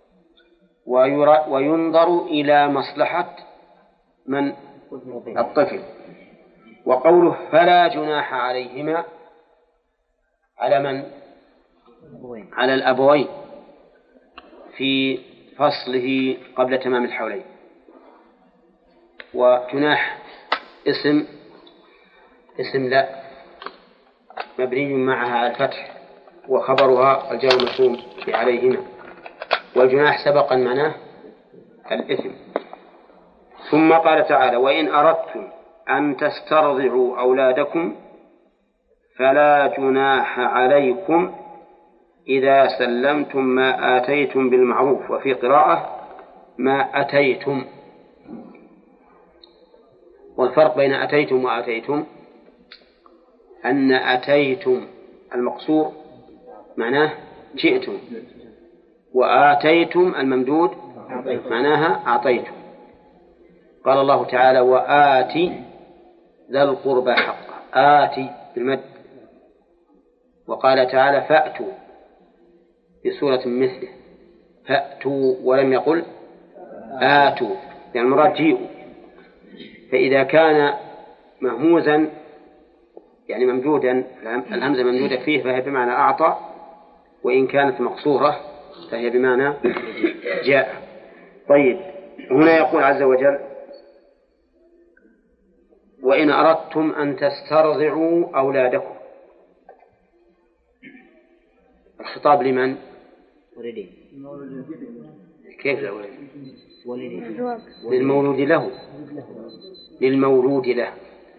وينظر إلى مصلحة من؟ الطفل. وقوله فلا جناح عليهما، على من؟ على الأبوين في فصله قبل تمام الحولين. وجناح اسم لا مبني معها على الفتح، وخبرها الجار المجزوم عليهما، والجناح سبقا معناه الإثم. ثم قال تعالى وإن أردتم أن تسترضعوا أولادكم فلا جناح عليكم إذا سلمتم ما آتيتم بالمعروف، وفي قراءة ما أتيتم. والفرق بين أتيتم وآتيتم أن أتيتم المقصور معناه جئتم، وآتيتم الممدود معناها أعطيتم. قال الله تعالى وآتي ذا القربى حقه، آتي بالمد. وقال تعالى فأتوا في سورة مثله فأتوا، ولم يقل آتوا، يعني المراد جيئوا. فإذا كان مهموزا يعني ممدودا، الهمزة ممدودة فيه فهي بمعنى أعطى، وإن كانت مقصورة فهي بمعنى جاء. طيب هنا يقول عز وجل وإن أردتم أن تسترضعوا أولادكم، الخطاب لمن؟ كيف للمولود له، للمولود له.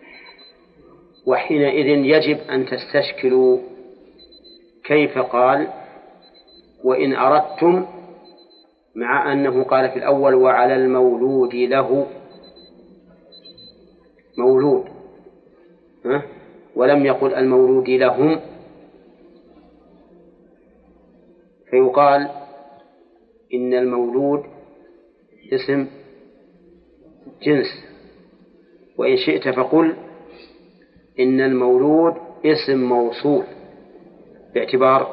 وحينئذ يجب أن تستشكلوا كيف قال وإن أردتم، مع أنه قال في الأول وعلى المولود له مولود، ولم يقل المولود لهم، فيقال إن المولود اسم جنس، وإن شئت فقل إن المولود اسم موصول باعتبار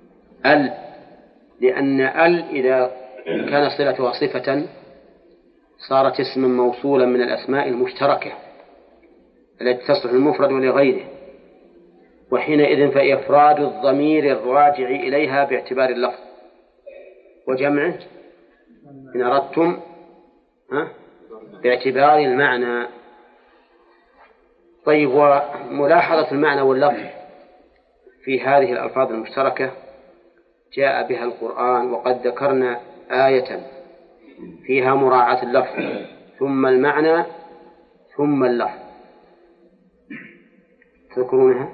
لأن إذا كان صلتها صفة صارت اسما موصولا من الأسماء المشتركة التي تصلح للمفرد ولغيره، وحينئذ فإفراد الضمير الراجع إليها باعتبار اللفظ وجمعه إن أردتم باعتبار المعنى. طيب، وملاحظة المعنى واللفظ في هذه الألفاظ المشتركة جاء بها القرآن، وقد ذكرنا آية فيها مراعاة اللفظ ثم المعنى ثم اللفظ، تذكرونها؟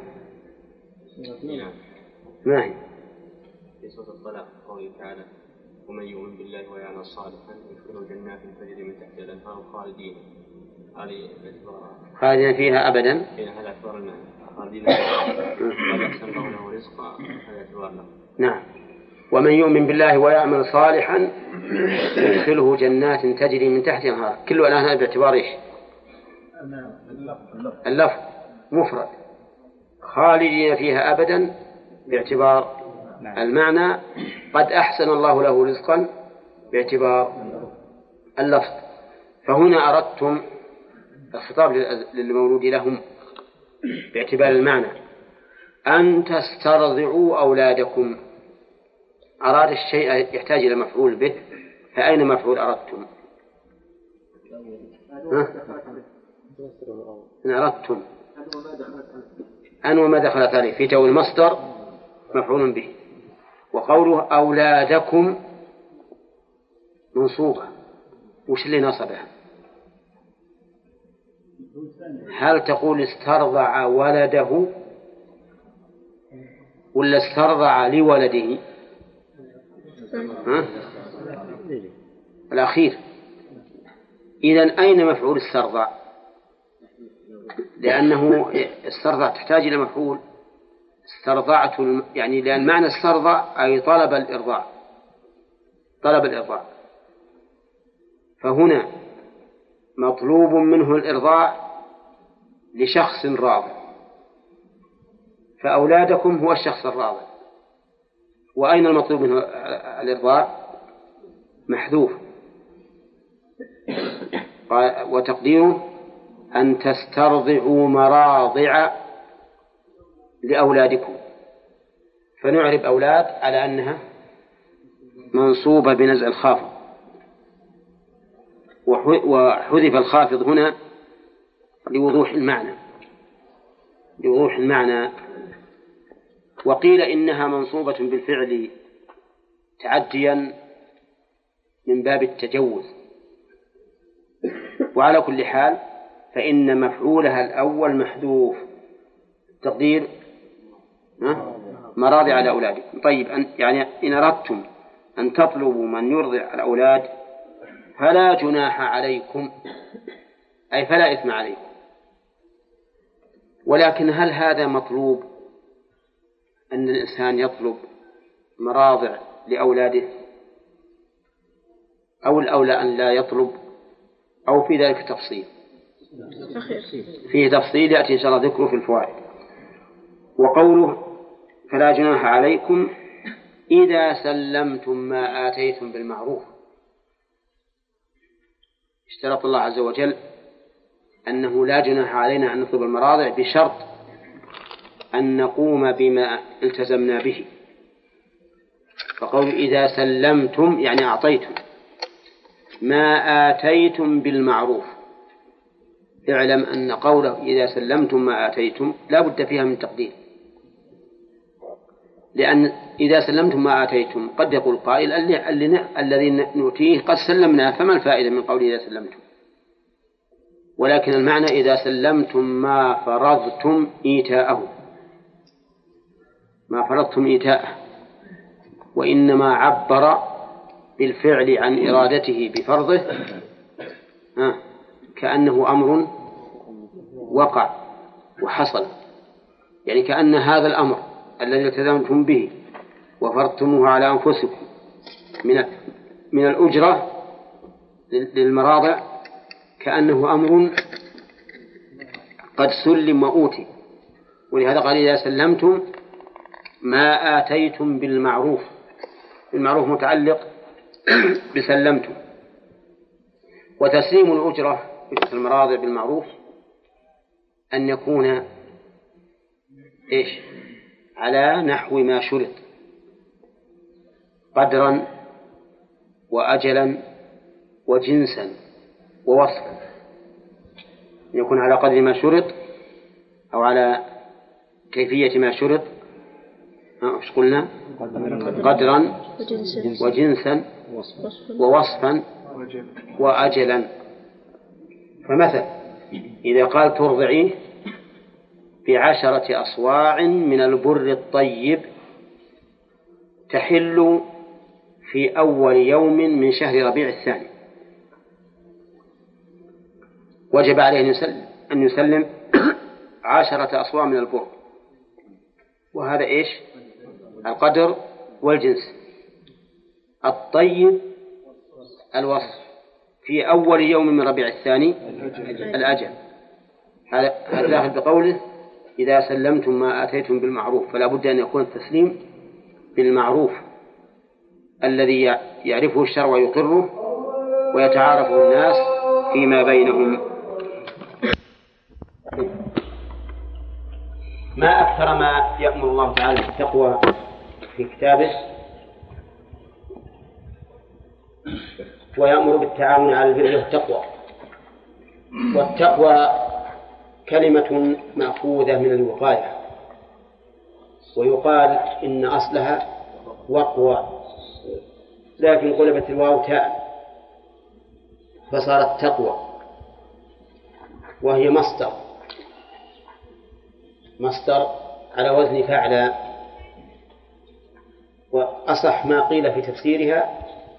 ما هي؟ في سورة الطلاق قوله تعالى: ومن يؤمن بالله ويعمل صالحا يدخله جنات تجري من تحتها الأنهار خالدين فيها أبدا. هذا اعتبار المعنى، خالدين قد أحسن الله له رزقا، هذا اعتبار له. نعم. ومن يؤمن بالله ويعمل صالحا يدخله جنات تجري من تحتها الأنهار، كل الآن هذا باعتبار إيش؟ اللفظ مفرد. خالدين فيها أبدا باعتبار المعنى. قد أحسن الله له رزقا باعتبار اللفظ. فهنا أردتم الخطاب للمولود لهم باعتبار المعنى أن تسترضعوا أولادكم. أراد الشيء يحتاج إلى مفعول به، فأين مفعول أردتم؟ إن أردتم أن وما دخلت عليه في جو المصدر مفعول به. وقوله أولادكم منصوبة، وش اللي نصبها؟ هل تقول استرضع ولده ولا استرضع لولده؟ الأخير. إذن أين مفعول استرضع؟ لأنه استرضع تحتاج إلى مفعول. استرضعت يعني لأن معنى استرضع أي طلب الإرضاع، طلب الإرضاع. فهنا مطلوب منه الإرضاع لشخص راضع، فأولادكم هو الشخص الراضع. وأين المطلوب منه الإرضاع؟ محذوف، وتقديره أن تسترضعوا مراضع لأولادكم. فنعرب أولاد على أنها منصوبة بنزع الخافض، وحذف الخافض هنا لوضوح المعنى. وقيل إنها منصوبة بالفعل تعديا من باب التجوز. وعلى كل حال فإن مفعولها الأول محذوف، تقدير مراضع لأولادكم. طيب، يعني إن أردتم أن تطلبوا من يرضع الأولاد فلا جناح عليكم، أي فلا إثم عليكم. ولكن هل هذا مطلوب أن الإنسان يطلب مراضع لأولاده، أو الأولى أن لا يطلب، أو في ذلك تفصيل؟ فيه تفصيل يأتي إن شاء الله ذكره في الفوائد. وقوله فلا جناح عليكم إذا سلمتم ما آتيتم بالمعروف. اشترط الله عز وجل أنه لا جناح علينا أن نطلب المراضع بشرط أن نقوم بما التزمنا به. فقول إذا سلمتم يعني أعطيتم ما آتيتم بالمعروف. اعلم أن قوله إذا سلمتم ما آتيتم لا بد فيها من تقدير، لأن إذا سلمتم ما آتيتم قد يقول قائل الذي نؤتيه قد سلمنا، فما الفائدة من قول إذا سلمتم؟ ولكن المعنى إذا سلمتم ما فرضتم إيتاءه، ما فرضتم إيتاءه. وإنما عبر بالفعل عن إرادته بفرضه كأنه أمر وقع وحصل، يعني كأن هذا الأمر الذي التزمتم به وفرضتموه على أنفسكم من الأجرة للمراضع كأنه أمر قد سلم وأوتي. ولهذا قال إذا سلمتم ما آتيتم بالمعروف. المعروف متعلق بسلمتم. وتسليم الأجرة أجرة المراضع بالمعروف أن يكون على نحو ما شرط قدرا وأجلا وجنسا ووصفا، يكون على قدر ما شرط أو على كيفية ما شرط. ايش قلنا؟ قدرا وجنسا ووصفا وأجلا. فمثلا إذا قال ترضعيه ب10 أصواع من البر الطيب تحل في أول يوم من شهر ربيع الثاني، وجب عليه أن يسلم 10 أصواع من البر، وهذا القدر والجنس. الطيب الوصف في أول يوم من ربيع الثاني الأجل. هذا داخل بقوله إذا سلمتم ما آتيتم بالمعروف، فلا بد أن يكون التسليم بالمعروف الذي يعرفه الشرع ويقره ويتعارفه الناس فيما بينهم. ما أكثر ما يأمر الله تعالى بالتقوى في كتابه، ويأمر بالتعاون على البر والتقوى. والتقوى كلمة مأخوذة من الوقاية، ويقال إن أصلها وقوى، لكن قلبت الواو تاء فصارت تقوى، وهي مصدر على وزن فعل. وأصح ما قيل في تفسيرها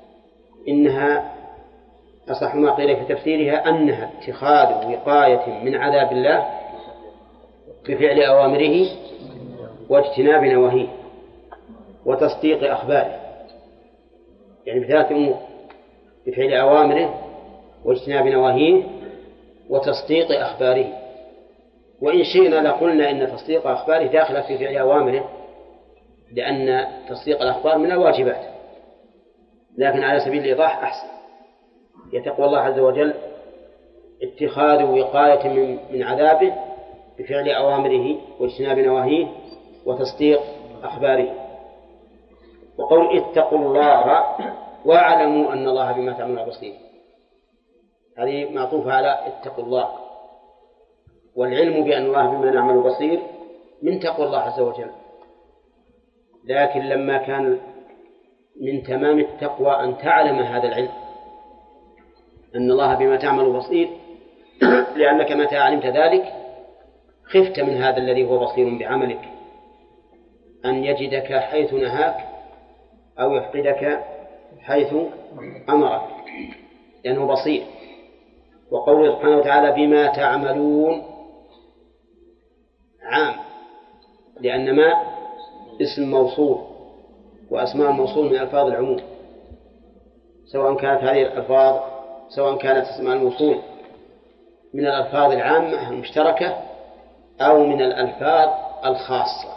أنها اتخاذ وقاية من عذاب الله بفعل أوامره واجتناب نواهيه وتصديق أخباره، يعني بثلاث أمور: بفعل أوامره واجتناب نواهيه وتصديق أخباره. وإن شئنا لقلنا إن تصديق أخباره داخل في فعل أوامره، لأن تصديق الأخبار من الواجبات، لكن على سبيل الإيضاح أحسن. يتقوى الله عز وجل اتخاذ وقاية من عذابه بفعل أوامره واجتناب نواهيه وتصديق أخباره. وقول اتقوا الله واعلموا أن الله بما تعملون بصير، هذه معطوفة على اتقوا الله، والعلم بأن الله بما نعمل بصير من تقوى الله عز وجل. لكن لما كان من تمام التقوى أن تعلم هذا العلم أن الله بما تعمل بصير، لأنك متى علمت ذلك خفت من هذا الذي هو بصير بعملك أن يجدك حيث نهاك أو يفقدك حيث أمرك، لأنه بصير. وقوله سبحانه وتعالى بما تعملون عام، لأن ما اسم موصول، وأسماء الموصول من ألفاظ العموم، سواء كانت هذه الألفاظ سواء كانت اسماء الموصول من الألفاظ العامة المشتركة أو من الألفاظ الخاصة.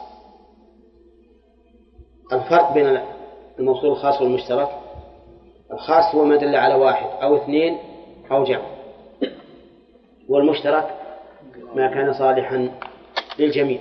الفرق بين الموصول الخاص والمشترك: الخاص هو ما دل على واحد أو اثنين أو جمع، والمشترك ما كان صالحا للجميع.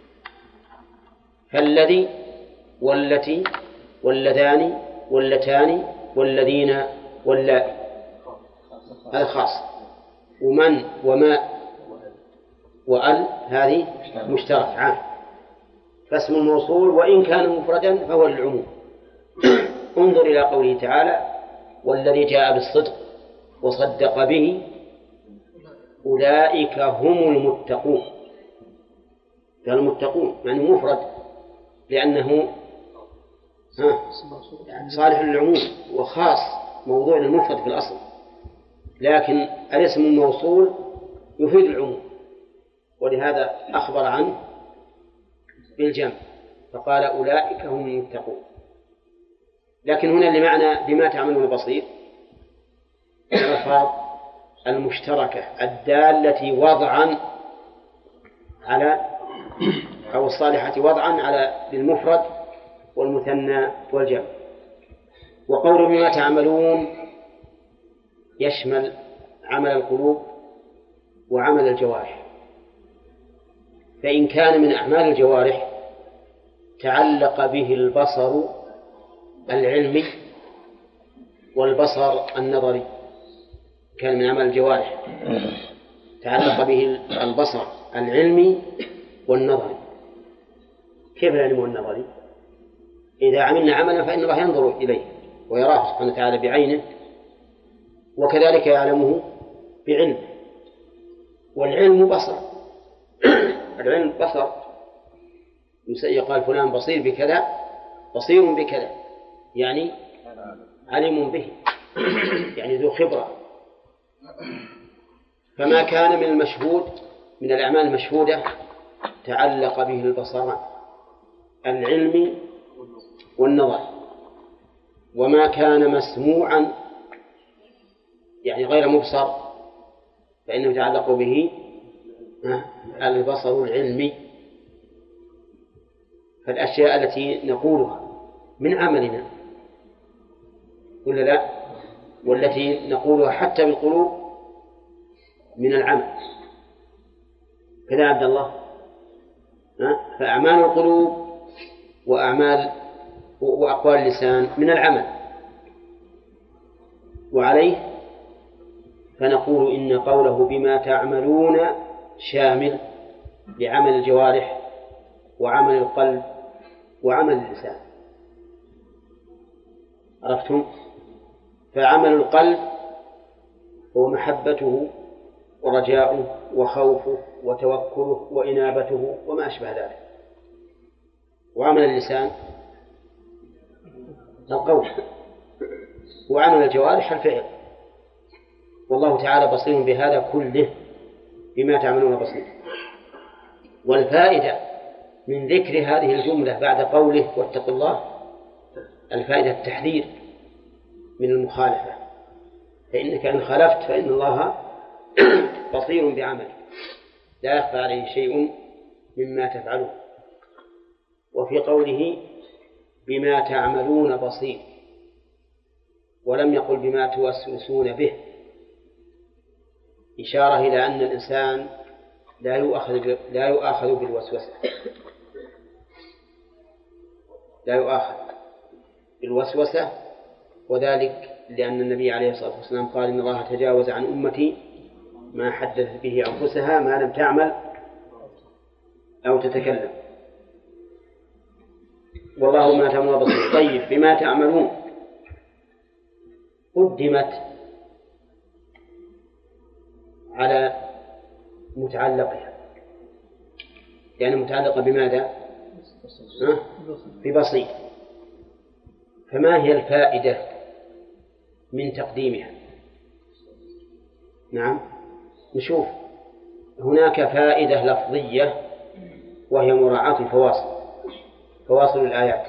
فالذي والتي واللذان واللتان والذين واللائي هذا خاص، ومن وما وأل هذه مشترك عام. فاسم الموصول وإن كان مفردا فهو للعموم. انظر إلى قوله تعالى والذي جاء بالصدق وصدق به أولئك هم المتقون. فالمتقون يعني مفرد لأنه صالح للعموم، وخاص موضوع المفرد في الأصل، لكن الاسم الموصول يفيد العموم، ولهذا أخبر عنه بالجمع فقال أولئك هم المتقون. لكن هنا اللي معنى بما تعملون بصير الألفاظ المشتركة الدالة وضعا على أو الصالحة وضعا على للمفرد والمثنى والجمع. وقول بما تعملون يشمل عمل القلوب وعمل الجوارح. فإن كان من أعمال الجوارح تعلق به البصر العلمي والبصر النظري، كان من أعمال الجوارح تعلق به البصر العلمي والنظري. كيف العلم والنظري؟ إذا عملنا عملا فإن الله ينظر إليه ويراه سبحانه وتعالى بعينه، وكذلك يعلمه بعلم. والعلم بصر العلم بصر، يقال فلان بصير بكذا، بصير بكذا، يعني علم به، يعني ذو خبرة. فما كان من المشهود من الأعمال المشهودة تعلق به البصران العلم والنظر. وما كان مسموعا يعني غير مبصر فإنه يتعلق به البصر العلمي. فالأشياء التي نقولها من عملنا ولا لا، والتي نقولها حتى بالقلوب من العمل كذا عبد الله. فأعمال القلوب وأعمال وأقوال اللسان من العمل، وعليه فنقول إن قوله بما تعملون شامل لعمل الجوارح وعمل القلب وعمل اللسان. عرفتم؟ فعمل القلب هو محبته ورجاؤه وخوفه وتوكله وإنابته وما أشبه ذلك. وعمل اللسان القول، وعمل الجوارح الفعل. والله تعالى بصير بهذا كله، بما تعملون بصير. والفائدة من ذكر هذه الجملة بعد قوله واتقوا الله الفائدة التحذير من المخالفة، فإنك إن خالفت فإن الله بصير بعملك لا يخفى عليه شيء مما تفعله. وفي قوله بما تعملون بصير ولم يقل بما توسوسون به إشارة إلى أن الإنسان لا يؤاخذ بالوسوسة، لا يؤاخذ بالوسوسة، وذلك لأن النبي عليه الصلاة والسلام قال إن الله تجاوز عن أمتي ما حدثت به أنفسها ما لم تعمل أو تتكلم. والله ما تعملون بصير. طيب بما تعملون قدمت على متعلقها، يعني متعلقة بماذا؟ ببصير. فما هي الفائدة من تقديمها؟ نعم نشوف. هناك فائدة لفظية وهي مراعاة فواصل الآيات،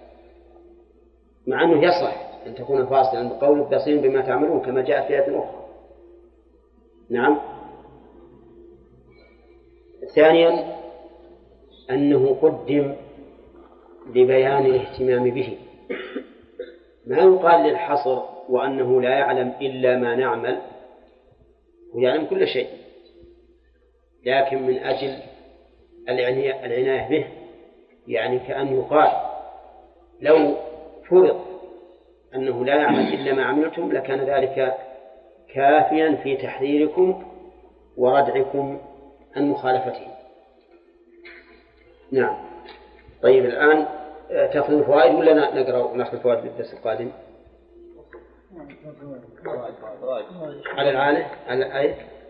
مع أنه يصح أن تكون فاصلا بقول بصير بما تعملون كما جاء في آية أخرى. نعم. ثانيا أنه قدم لبيان الاهتمام به، ما يقال للحصر وأنه لا يعلم إلا ما نعمل، ويعلم كل شيء، لكن من أجل العناية به، يعني كأن يقال لو فرض أنه لا يعمل إلا ما عملتم لكان ذلك كافيا في تحذيركم وردعكم عن مخالفته. نعم. طيب الآن تأخذ الفوائد ولا نقرأ نأخذ الفوائد في الدرس القادم؟ على العالة على الآية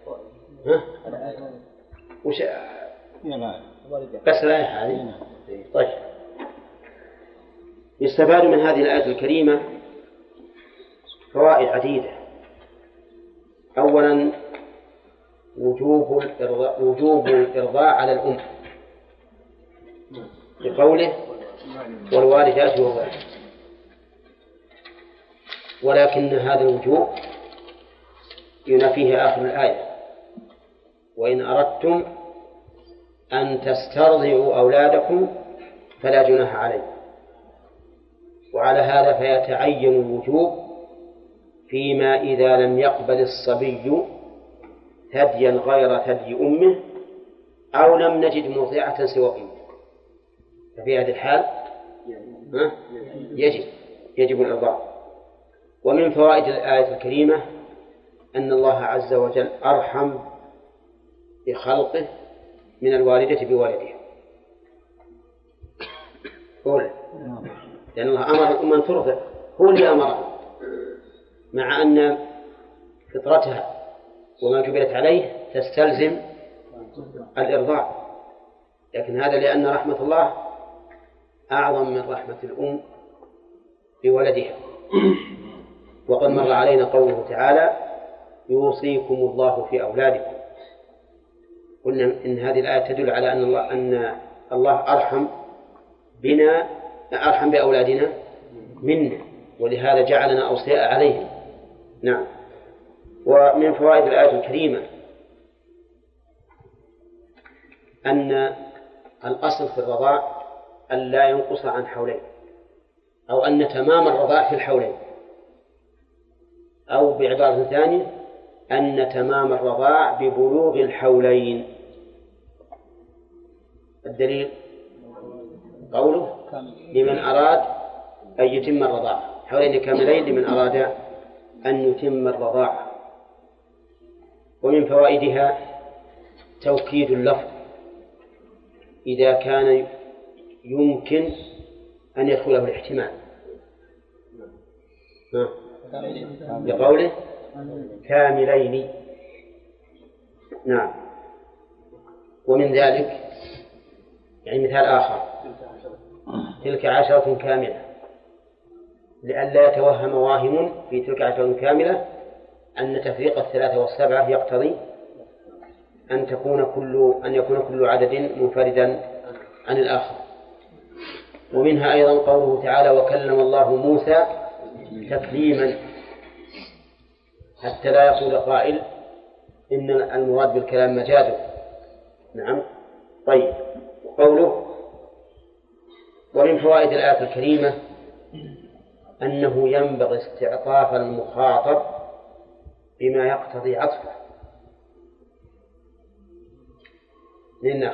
وش بس الآية هذه. طيب يستفاد من هذه الآية الكريمة فوائد عديدة. أولا وجوب الإرضاء على الأم بقوله والوالدات يرضعن، ولكن هذا الوجوب ينافيه آخر الآية وإن أردتم أن تسترضعوا أولادكم فلا جناح عليكم. وعلى هذا فيتعين الوجوب فيما إذا لم يقبل الصبي ثديا غير ثدي أمه أو لم نجد مرضعة سوى أمه. ففي هذه الحال يجب الإرضاع. ومن فوائد الآية الكريمة أن الله عز وجل أرحم بخلقه من الوالدة بولدها. لأن الله أمر الأمة أن ترضع، هو اللي أمرها، مع أن فطرتها وما جبلت عليه تستلزم الإرضاع، لكن هذا لأن رحمة الله أعظم من رحمة الأم بولدها. وقد مر علينا قوله تعالى يوصيكم الله في أولادكم. قلنا إن هذه الآية تدل على أن الله أرحم بنا، أرحم بأولادنا منا، ولهذا جعلنا أوصياء عليهم. نعم. ومن فوائد الآية الكريمة أن الأصل في الرضاع أن لا ينقص عن حولين، أو أن تمام الرضاع في الحولين، أو بعبارة ثانية أن تمام الرضاع ببلوغ الحولين. الدليل قوله لمن أراد أن يتم الرضاع، حولين كاملين لمن أراد أن يتم الرضاع. ومن فوائدها توكيد اللفظ إذا كان يمكن أن يدخله الاحتمال، لقوله كاملين. نعم. ومن ذلك يعني مثال آخر تلك 10 كاملة، لئلا يتوهم واهم في تلك 10 كاملة أن تفريق 3 و7 يقتضي أن يكون كل عدد منفردا عن الآخر. ومنها أيضا قوله تعالى وكلم الله موسى تكليما، حتى لا يقول قائل إن المراد بالكلام مجازه. نعم. طيب. قوله ومن فوائد الآية الكريمة أنه ينبغي استعطاف المخاطب بما يقتضي عطفه. لأن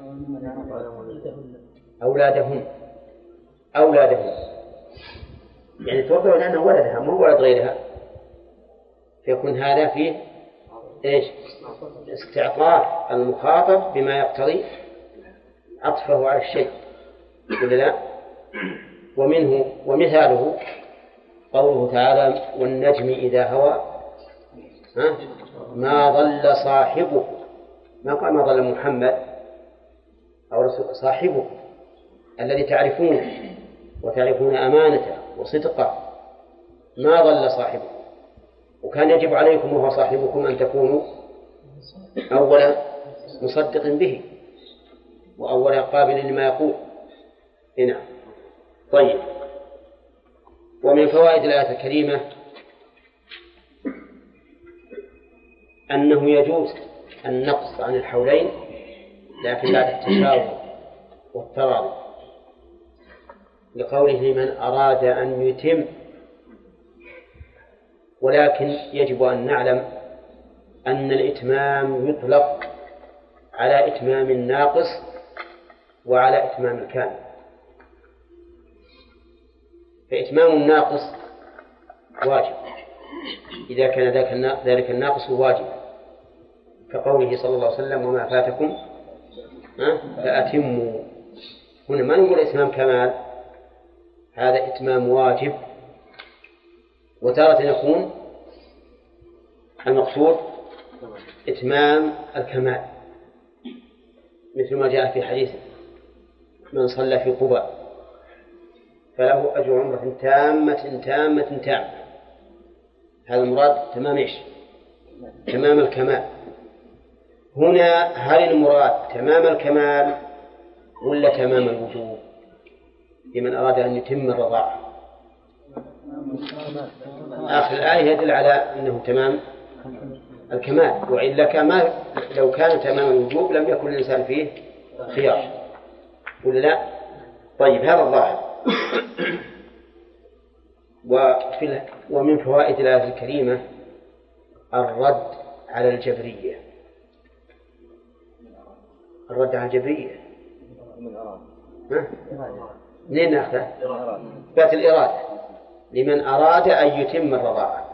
أولادهن يعني ترضع لأنه ولدها مو ولد غيرها، فيكون هذا فيه إيش؟ استعطاف المخاطب بما يقتضي عطفه على الشيء، ولا لا؟ ومنه ومثاله قوله تعالى والنجم إذا هوى ما ضل صاحبه، ما قال ما ضل محمد أو رسول، صاحبه الذي تعرفونه وتعرفون أمانته وصدقه، ما ضل صاحبه. وكان يجب عليكم وهو صاحبكم أن تكونوا أول مصدق به وأول قابل لما يقول. هنا. طيب. ومن فوائد الآية الكريمة أنه يجوز النقص عن الحولين لكن بعد التشاور والتراضي، لقوله لمن أراد أن يتم. ولكن يجب أن نعلم أن الإتمام يطلق على إتمام الناقص وعلى إتمام الكامل. فإتمام الناقص واجب إذا كان ذلك الناقص واجب، كقوله صلى الله عليه وسلم وما فاتكم فأتموا. هنا ما نقول إتمام كمال، هذا إتمام واجب. وتارة يكون المقصود إتمام الكمال، مثل ما جاء في حديث من صلى في قباء فله أجر عمرة تامة تامة تامة. هذا المراد تمام إيش؟ تمام الكمال. هنا هل المراد تمام الكمال ولا تمام الوجوب لمن أراد أن يتم الرضاعة؟ آخر الآية يدل على أنه تمام الكمال، وإلا كما لو كان تمام الوجوب لم يكن الإنسان فيه خيار، ولا لا؟ طيب. هذا الظاهر. ومن فوائد الآية الكريمة الرد على الجبرية. الرد على الجبرية منين نأخذه؟ إثبات الإرادة لمن أراد أن يتم الرضاعة.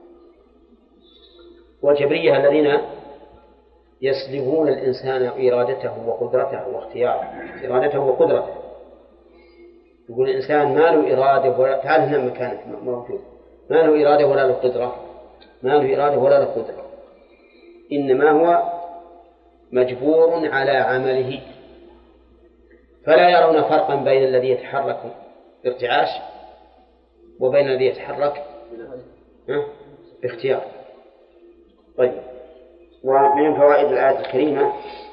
والجبرية الذين يسلبون الإنسان إرادته وقدرته واختياره، إرادته وقدرته. يقول الإنسان ما له إرادة تعال هنا مكانك موجود، ما له إرادة ولا له قدرة، ما له إرادة ولا له قدرة، إنما هو مجبور على عمله. فلا يرون فرقا بين الذي يتحرك بارتعاش وبين الذي يتحرك باختيار. طيب، ومن فوائد الآية الكريمة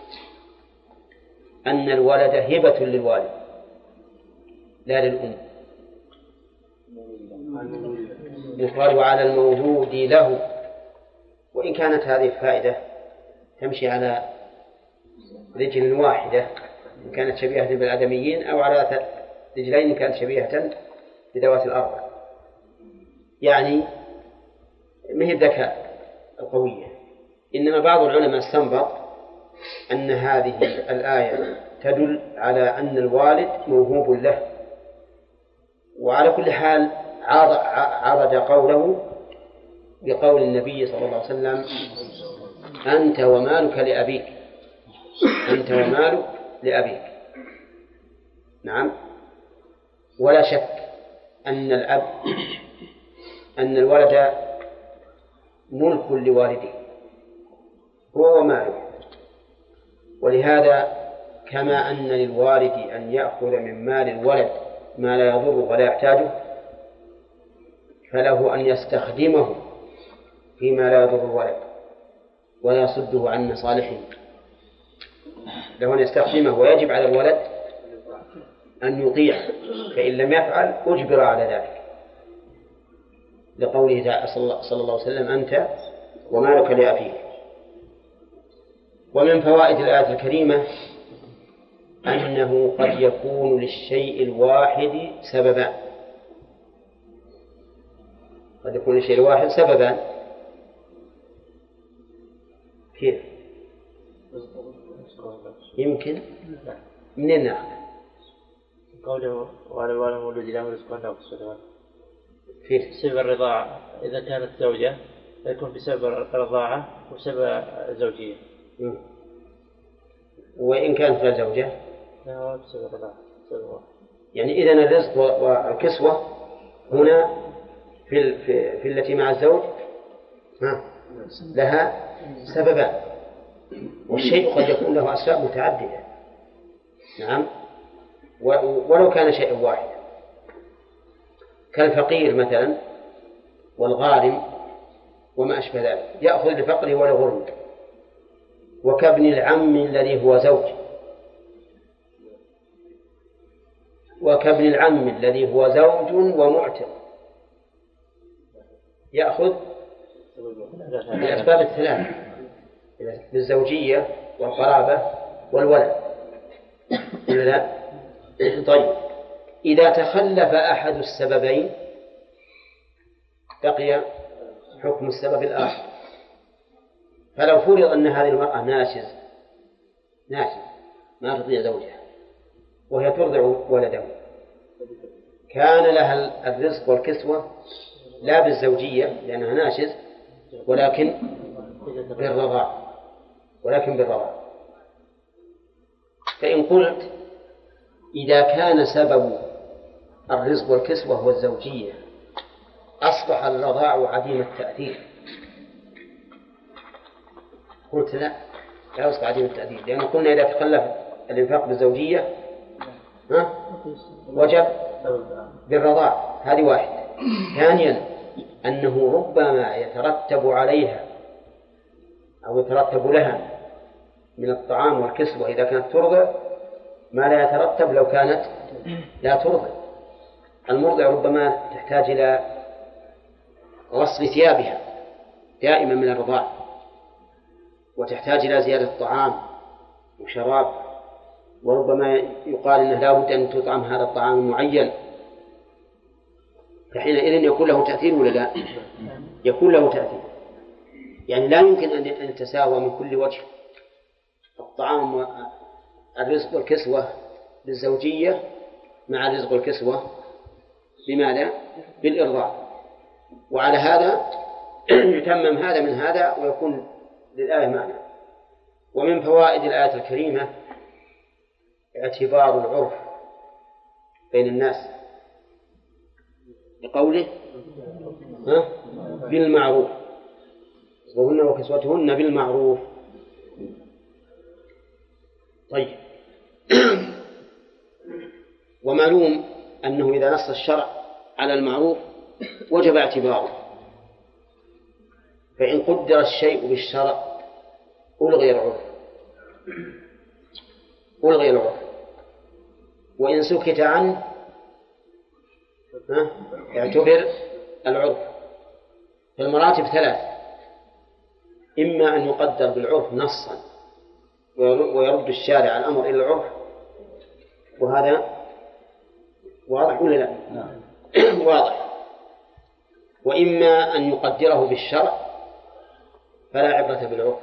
أن الولد هبة للوالد لا للأم. يقال وعلى المولود له، وإن كانت هذه الفائدة تمشي على رجل واحدة إن كانت شبيهة بالآدميين، أو على رجلين إن كانت شبيهة بذوات الأربع، يعني ما هي الذكاء القوية. إنما بعض العلماء استنبط أن هذه الآية تدل على أن الوالد موهوب له. وعلى كل حال عارض قوله بقول النبي صلى الله عليه وسلم أنت ومالك لأبيك، أنت ومالك لأبيك. نعم، ولا شك أن الولد ملك لوالده هو وماله. ولهذا كما أن للوالد أن يأخذ من مال الولد ما لا يضره ولا يحتاجه، فله أن يستخدمه فيما لا يضر الولد ولا يصده عن مصالحه. له أن يستخدمه، ويجب على الولد أن يطيع، فإن لم يفعل أجبر على ذلك، لقوله صلى الله عليه وسلم أنت ومالك لأبيك. ومن فوائد الآية الكريمة أنه قد يكون للشيء الواحد سببان. قد يكون للشيء الواحد سببان. كيف؟ يمكن منين نأخذ؟ قوله وعلى الوالد مولود له رزقا وكسوته. كيف؟ سبب الرضاعة إذا كانت زوجة يكون بسبب الرضاعة وسبب الزوجية. وإن كانت لا زوجة لا بسبب الرضاعة. يعني إذن الرزق والكسوة هنا في التي مع الزوج لها سببان، والشيء قد يكون له أسباب متعددة. نعم، ولو كان شيء واحد كالفقير مثلا والغارم وما أشبه ذلك يأخذ لفقره ولا غرمه، وكابن العم الذي هو زوج، وكابن العم الذي هو زوج ومعتق يأخذ الأسباب الثلاث بالزوجية والقرابة والولد. لا. طيب، إذا تخلف أحد السببين بقي حكم السبب الآخر. فلو فرض أن هذه المرأة ناشز ما تطيع زوجها وهي ترضع ولده، كان لها الرزق والكسوة لا بالزوجية لأنها ناشز ولكن بالرضاع. فإن قلت إذا كان سبب الرزق والكسوة هو الزوجية أصبح الرضاع عديم التأثير، قلت لا يصبح عديم التأثير، لأن قلنا إذا تخلف الإنفاق بالزوجية وجب بالرضاع. هذه واحدة. ثانيا أنه ربما يترتب عليها أو يترتب لها من الطعام والكسوة إذا كانت ترضع ما لا يترتب لو كانت لا ترضع. المرضع ربما تحتاج إلى غسل ثيابها دائما من الرضاع، وتحتاج إلى زيادة طعام وشراب، وربما يقال إنه لا بد أن تطعم هذا الطعام المعين، فحينئذ يكون له تأثير ولا لا؟ يكون له تأثير. يعني لا يمكن أن يتساوى من كل وجه الطعام والرزق والكسوة للزوجية مع الرزق والكسوة بماذا؟ بالإرضاع. وعلى هذا يتمم هذا من هذا ويكون للآية معنى. ومن فوائد الآية الكريمة اعتبار العرف بين الناس بقوله بالمعروف وهن وكسوتهن بالمعروف. طيب ومعلوم أنه إذا نص الشرع على المعروف وجب اعتباره، فإن قدر الشيء بالشرع ألغي العرف وإن سكت عنه اعتبر العرف. فالمراتب ثلاث: إما أن يقدر بالعرف نصا ويرد الشارع الأمر إلى العرف، وهذا واضح ولا لا؟ واضح. وإما أن يقدره بالشرع فلا عبرة بالعرف،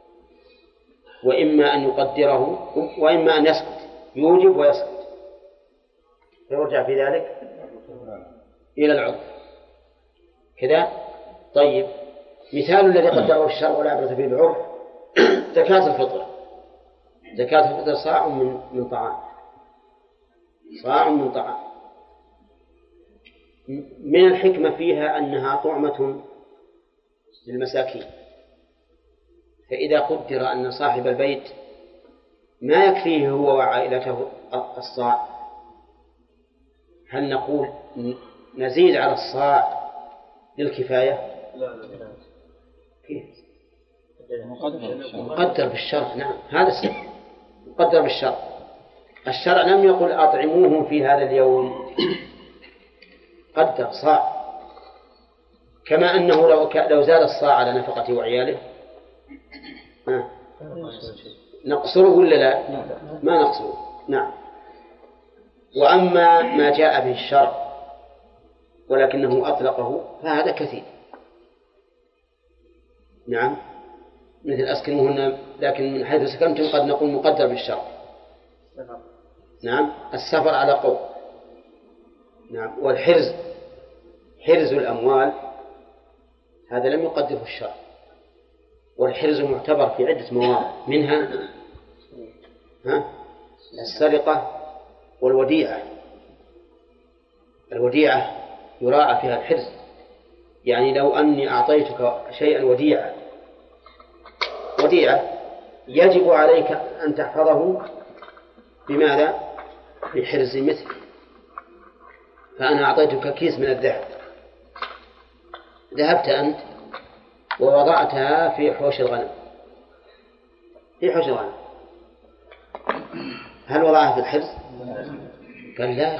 وإما أن يسكت يوجب ويسكت فيرجع في ذلك إلى العرف كذا. طيب مثال الذي قدره الشرع ولا عبرة به بالعرف زكاة الفطر. زكاة الفطر صاع من طعام، صاع من طعام. من الحكمة فيها أنها طعمة للمساكين، فإذا قدر أن صاحب البيت ما يكفيه هو وعائلته الصاع، هل نقول نزيد على الصاع للكفاية؟ كيف؟ مقدر بالشرع. نعم هذا السبب، مقدر بالشرع. الشرع لم يقل أطعموهم في هذا اليوم، قدر صاع. كما أنه لو زاد الصاع على نفقته وعياله نقصره ولا لا؟ ما نقصره. نعم. وأما ما جاء به الشرع ولكنه أطلقه فهذا كثير. نعم مثل أسكنوهن، لكن من حيث سكنتم قد نقول مقدر بالشرع. نعم السفر على قول. نعم والحرز، حرز الأموال هذا لم يقدره الشرع، والحرز معتبر في عدة مواضع، منها السرقة والوديعة. الوديعة يراعى فيها الحرز، يعني لو أني أعطيتك شيئا وديعة يجب عليك أن تحفظه بماذا؟ بحرز مثل. فأنا أعطيتك كيس من الذهب، ذهبت أنت ووضعتها في حوش الغنم، هل وضعها في الحرز؟ قال لا،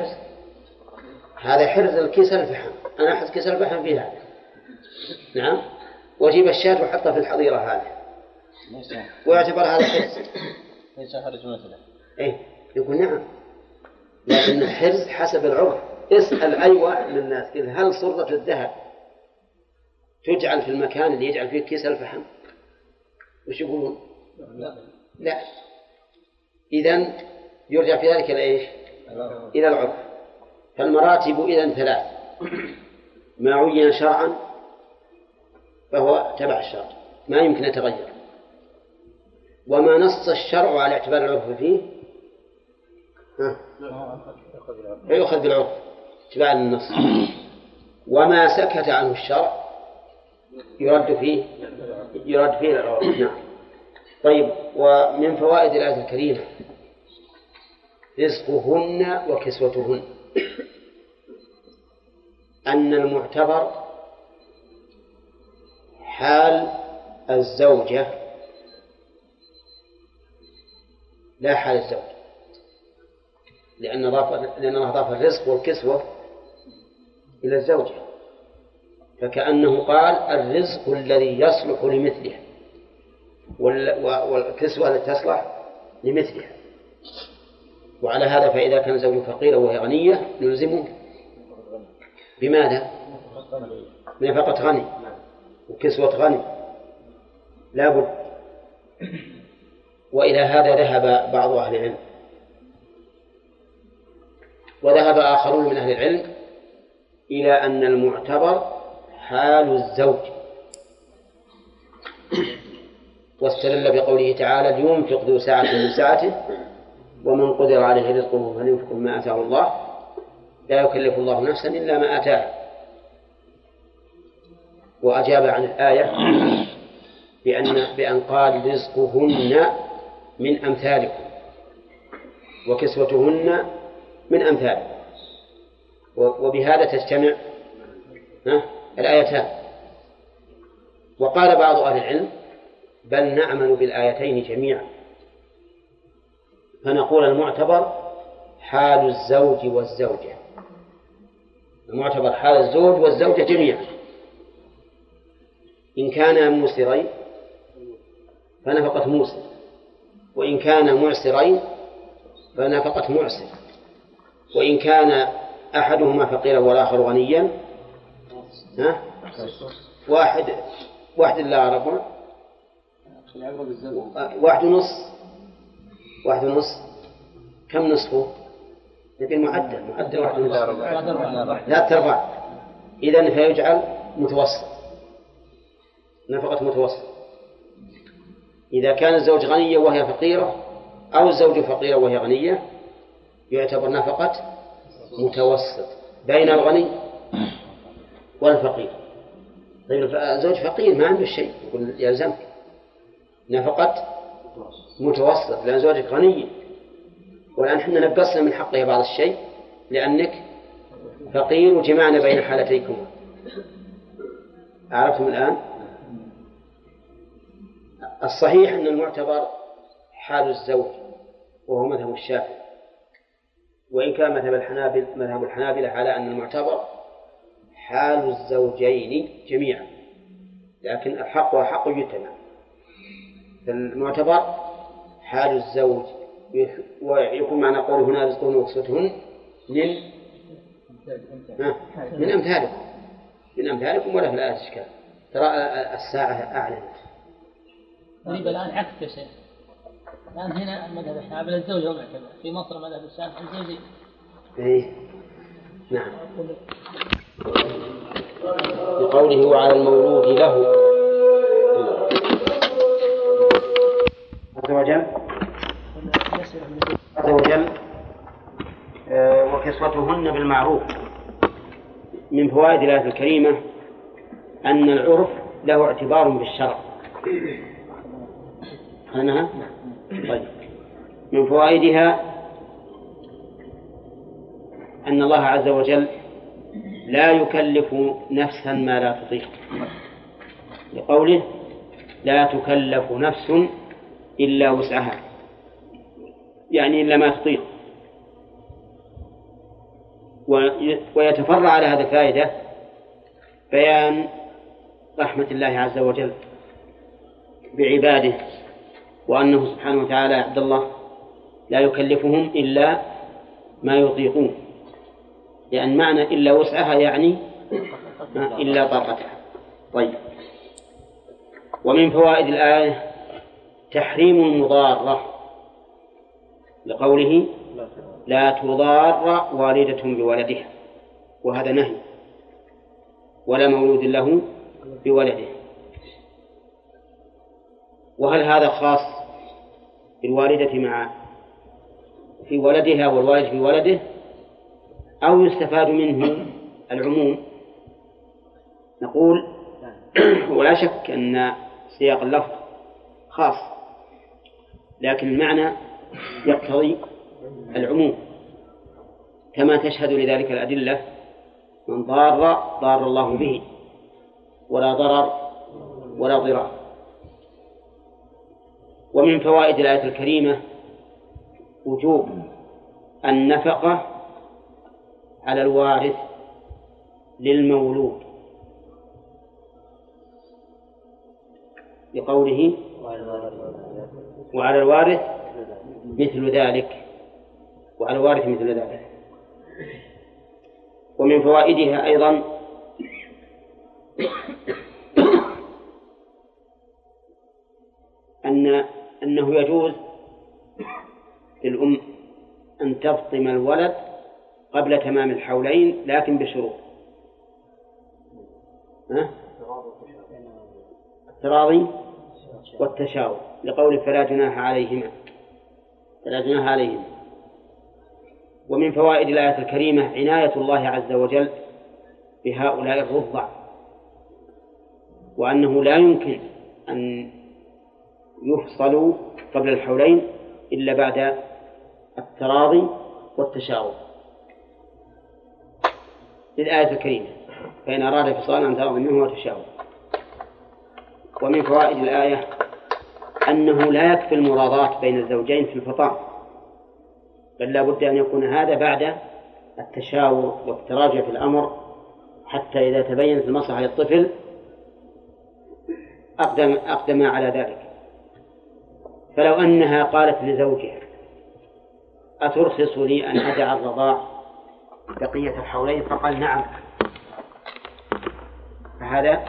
هذا حرز الكيس الفحم، أنا أحط كيس الفحم فيها. نعم وجيب الشاة وحطها في الحظيرة هذه ويعتبر هذا حرز. ليس حرز مثلا. إيه يقول نعم، لكن الحرز حسب العرف. اسأل أي واحد من الناس هل صرة الذهب تجعل في المكان اللي يجعل فيه كيس الفحم؟ وش يقولون؟ لا. إذن يرجع في ذلك إلى إيش؟ إلى العرف. فالمراتب إذن ثلاث: ما عين شرعا فهو تبع الشرع ما يمكن يتغير، وما نص الشرع على اعتبار العرف فيه يؤخذ بالعرف اتباعا للنص، وما سكت عنه الشرع يرد فيه العرف. نعم. طيب ومن فوائد الآية الكريمة رزقهن وكسوتهن، أن المعتبر حال الزوجة لا حال الزوج، لأن الله أضاف الرزق والكسوة إلى الزوجة، فكأنه قال الرزق الذي يصلح لمثله والكسوة التي تصلح لمثلها. وعلى هذا فإذا كان الزوج فقيرا وهي غنية نلزمه بماذا؟ بنفقة غني وكسوة غني لا بد. وإلى هذا ذهب بعض أهل العلم، وذهب آخرون من أهل العلم إلى أن المعتبر حال الزوج، واستدل بقوله تعالى لينفق ذو سعة من سعته ومن قدر عليه رزقه فلينفق ما آتاه الله لا يكلف الله نفسا إلا ما آتاه. وأجاب عن الآية بأن قال رزقهن من أمثالكم وكسوتهن من أمثالكم، وبهذا تجتمع الآيتان. وقال بعض أهل العلم بل نعمل بالآيتين جميعا، فنقول المعتبر حال الزوج والزوجة، المعتبر حال الزوج والزوجة جميعا، إن كانا موسرين فنفقة موسر، وإن كانا معسرين فنفقة معسر، وإن كان أحدهما فقيرا والآخر غنيا واحد لا ربع واحد ونص. كم نصفه؟ نبي المعدل واحد ونص لا تربع. إذن فيجعل متوسط، نفقة متوسط. إذا كان الزوج غنيا وهي فقيرة أو الزوج فقيرة وهي غنية يعتبر نفقة متوسط بين الغني والفقير. طيب الزوج فقير ما عنده شيء يقول يلزمك نفقة متوسط لأن زوجك غني، والآن احنا نقصنا من حقه بعض الشيء لأنك فقير وجمعنا بين حالتيكم. عرفتم الآن؟ الصحيح أن المعتبر حال الزوج وهو مذهب الشافعي، وإن كان مذهب الحنابلة على أن المعتبر حال الزوجين جميعا، لكن الحق وحق يجتمع. فالمعتبر حال الزوج، ويكون معنى قوله هنا رزقهن وكسوتهن من أمثالكم ولا في الآية إشكال. ترى الساعة أعلنت. طيب الآن عكس يا شيخ، الآن هنا المذهب الحنابلة الزوج هو معتبر، في مصر مذهب الشافعي الزوجي. إيه نعم. بقوله وعلى المولود له عز وجل وكسوتهن بالمعروف. من فوائد الآية الكريمة أن العرف له اعتبار بالشرع. أنا طيب. من فوائدها أن الله عز وجل لا يكلف نفسا ما لا تطيق، لقوله لا تكلف نفس إلا وسعها، يعني إلا ما تطيق. ويتفرع على هذا الفائدة بيان رحمة الله عز وجل بعباده، وأنه سبحانه وتعالى يا عبد الله لا يكلفهم إلا ما يطيقون، لأن معنى إلا وسعها يعني إلا طاقتها. طيب. ومن فوائد الآية تحريم المضارة، لقوله لا تضار والدة بولدها، وهذا نهي، ولا مولود له بولده. وهل هذا خاص بالوالدة في ولدها والوالد في ولده، أو يستفاد منه العموم؟ نقول ولا شك أن سياق اللفظ خاص، لكن المعنى يقتضي العموم، كما تشهد لذلك الأدلة من ضار الله به ولا ضرر ولا ضرار. ومن فوائد الآية الكريمة وجوب النفقة على الوارث للمولود، لقوله وعلى الوارث مثل ذلك، وعلى الوارث مثل ذلك. ومن فوائدها أيضا أنه يجوز للأم أن تفطم الولد قبل تمام الحولين لكن بشروط. التراضي والتشاور، لقول فلا جناح عليهما. ومن فوائد الآية الكريمة عناية الله عز وجل بهؤلاء الرضع، وأنه لا يمكن أن يفصلوا قبل الحولين إلا بعد التراضي والتشاور للآية الكريمة، فإن أراد فصالا عن تراضي منه وتشاور. ومن فوائد الآية أنه لا يكفي المراضاة بين الزوجين في الفطام، بل لا بد أن يكون هذا بعد التشاور والتراجع في الأمر، حتى إذا تبينت المصلحة للطفل أقدم على ذلك. فلو أنها قالت لزوجها أترخص لي أن أدع الرضاع بقية الحولين، فقال نعم، فهذا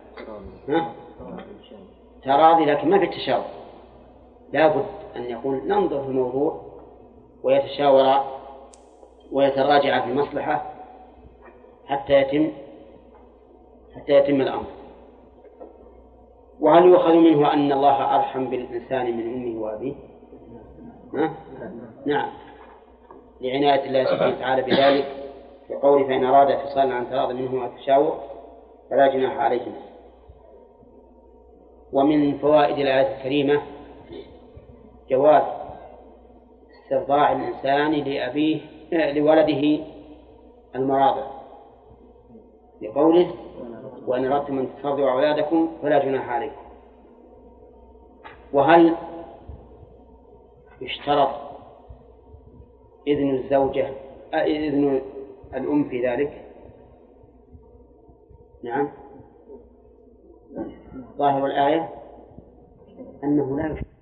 تراضي لكن ما في التشاور. لا بد أن يقول ننظر في الموضوع ويتشاور ويتراجع في المصلحة حتى يتم الأمر. وهل يؤخذ منه أن الله أرحم بالإنسان من أمه وأبيه؟ نعم، لعناية الله سبحانه وتعالى بذلك في قوله فإن أراد فصالا عن تراض منه والتشاور فلا جناح عليهما. ومن فوائد الآية الكريمة جواز استرضاع الإنسان لولده المراضع، لقوله وإن أردتم أن تسترضعوا أولادكم فلا جناح عليكم. وهل يشترط إذن الأم في ذلك؟ نعم، ظاهر الآية أنه لا يشترط.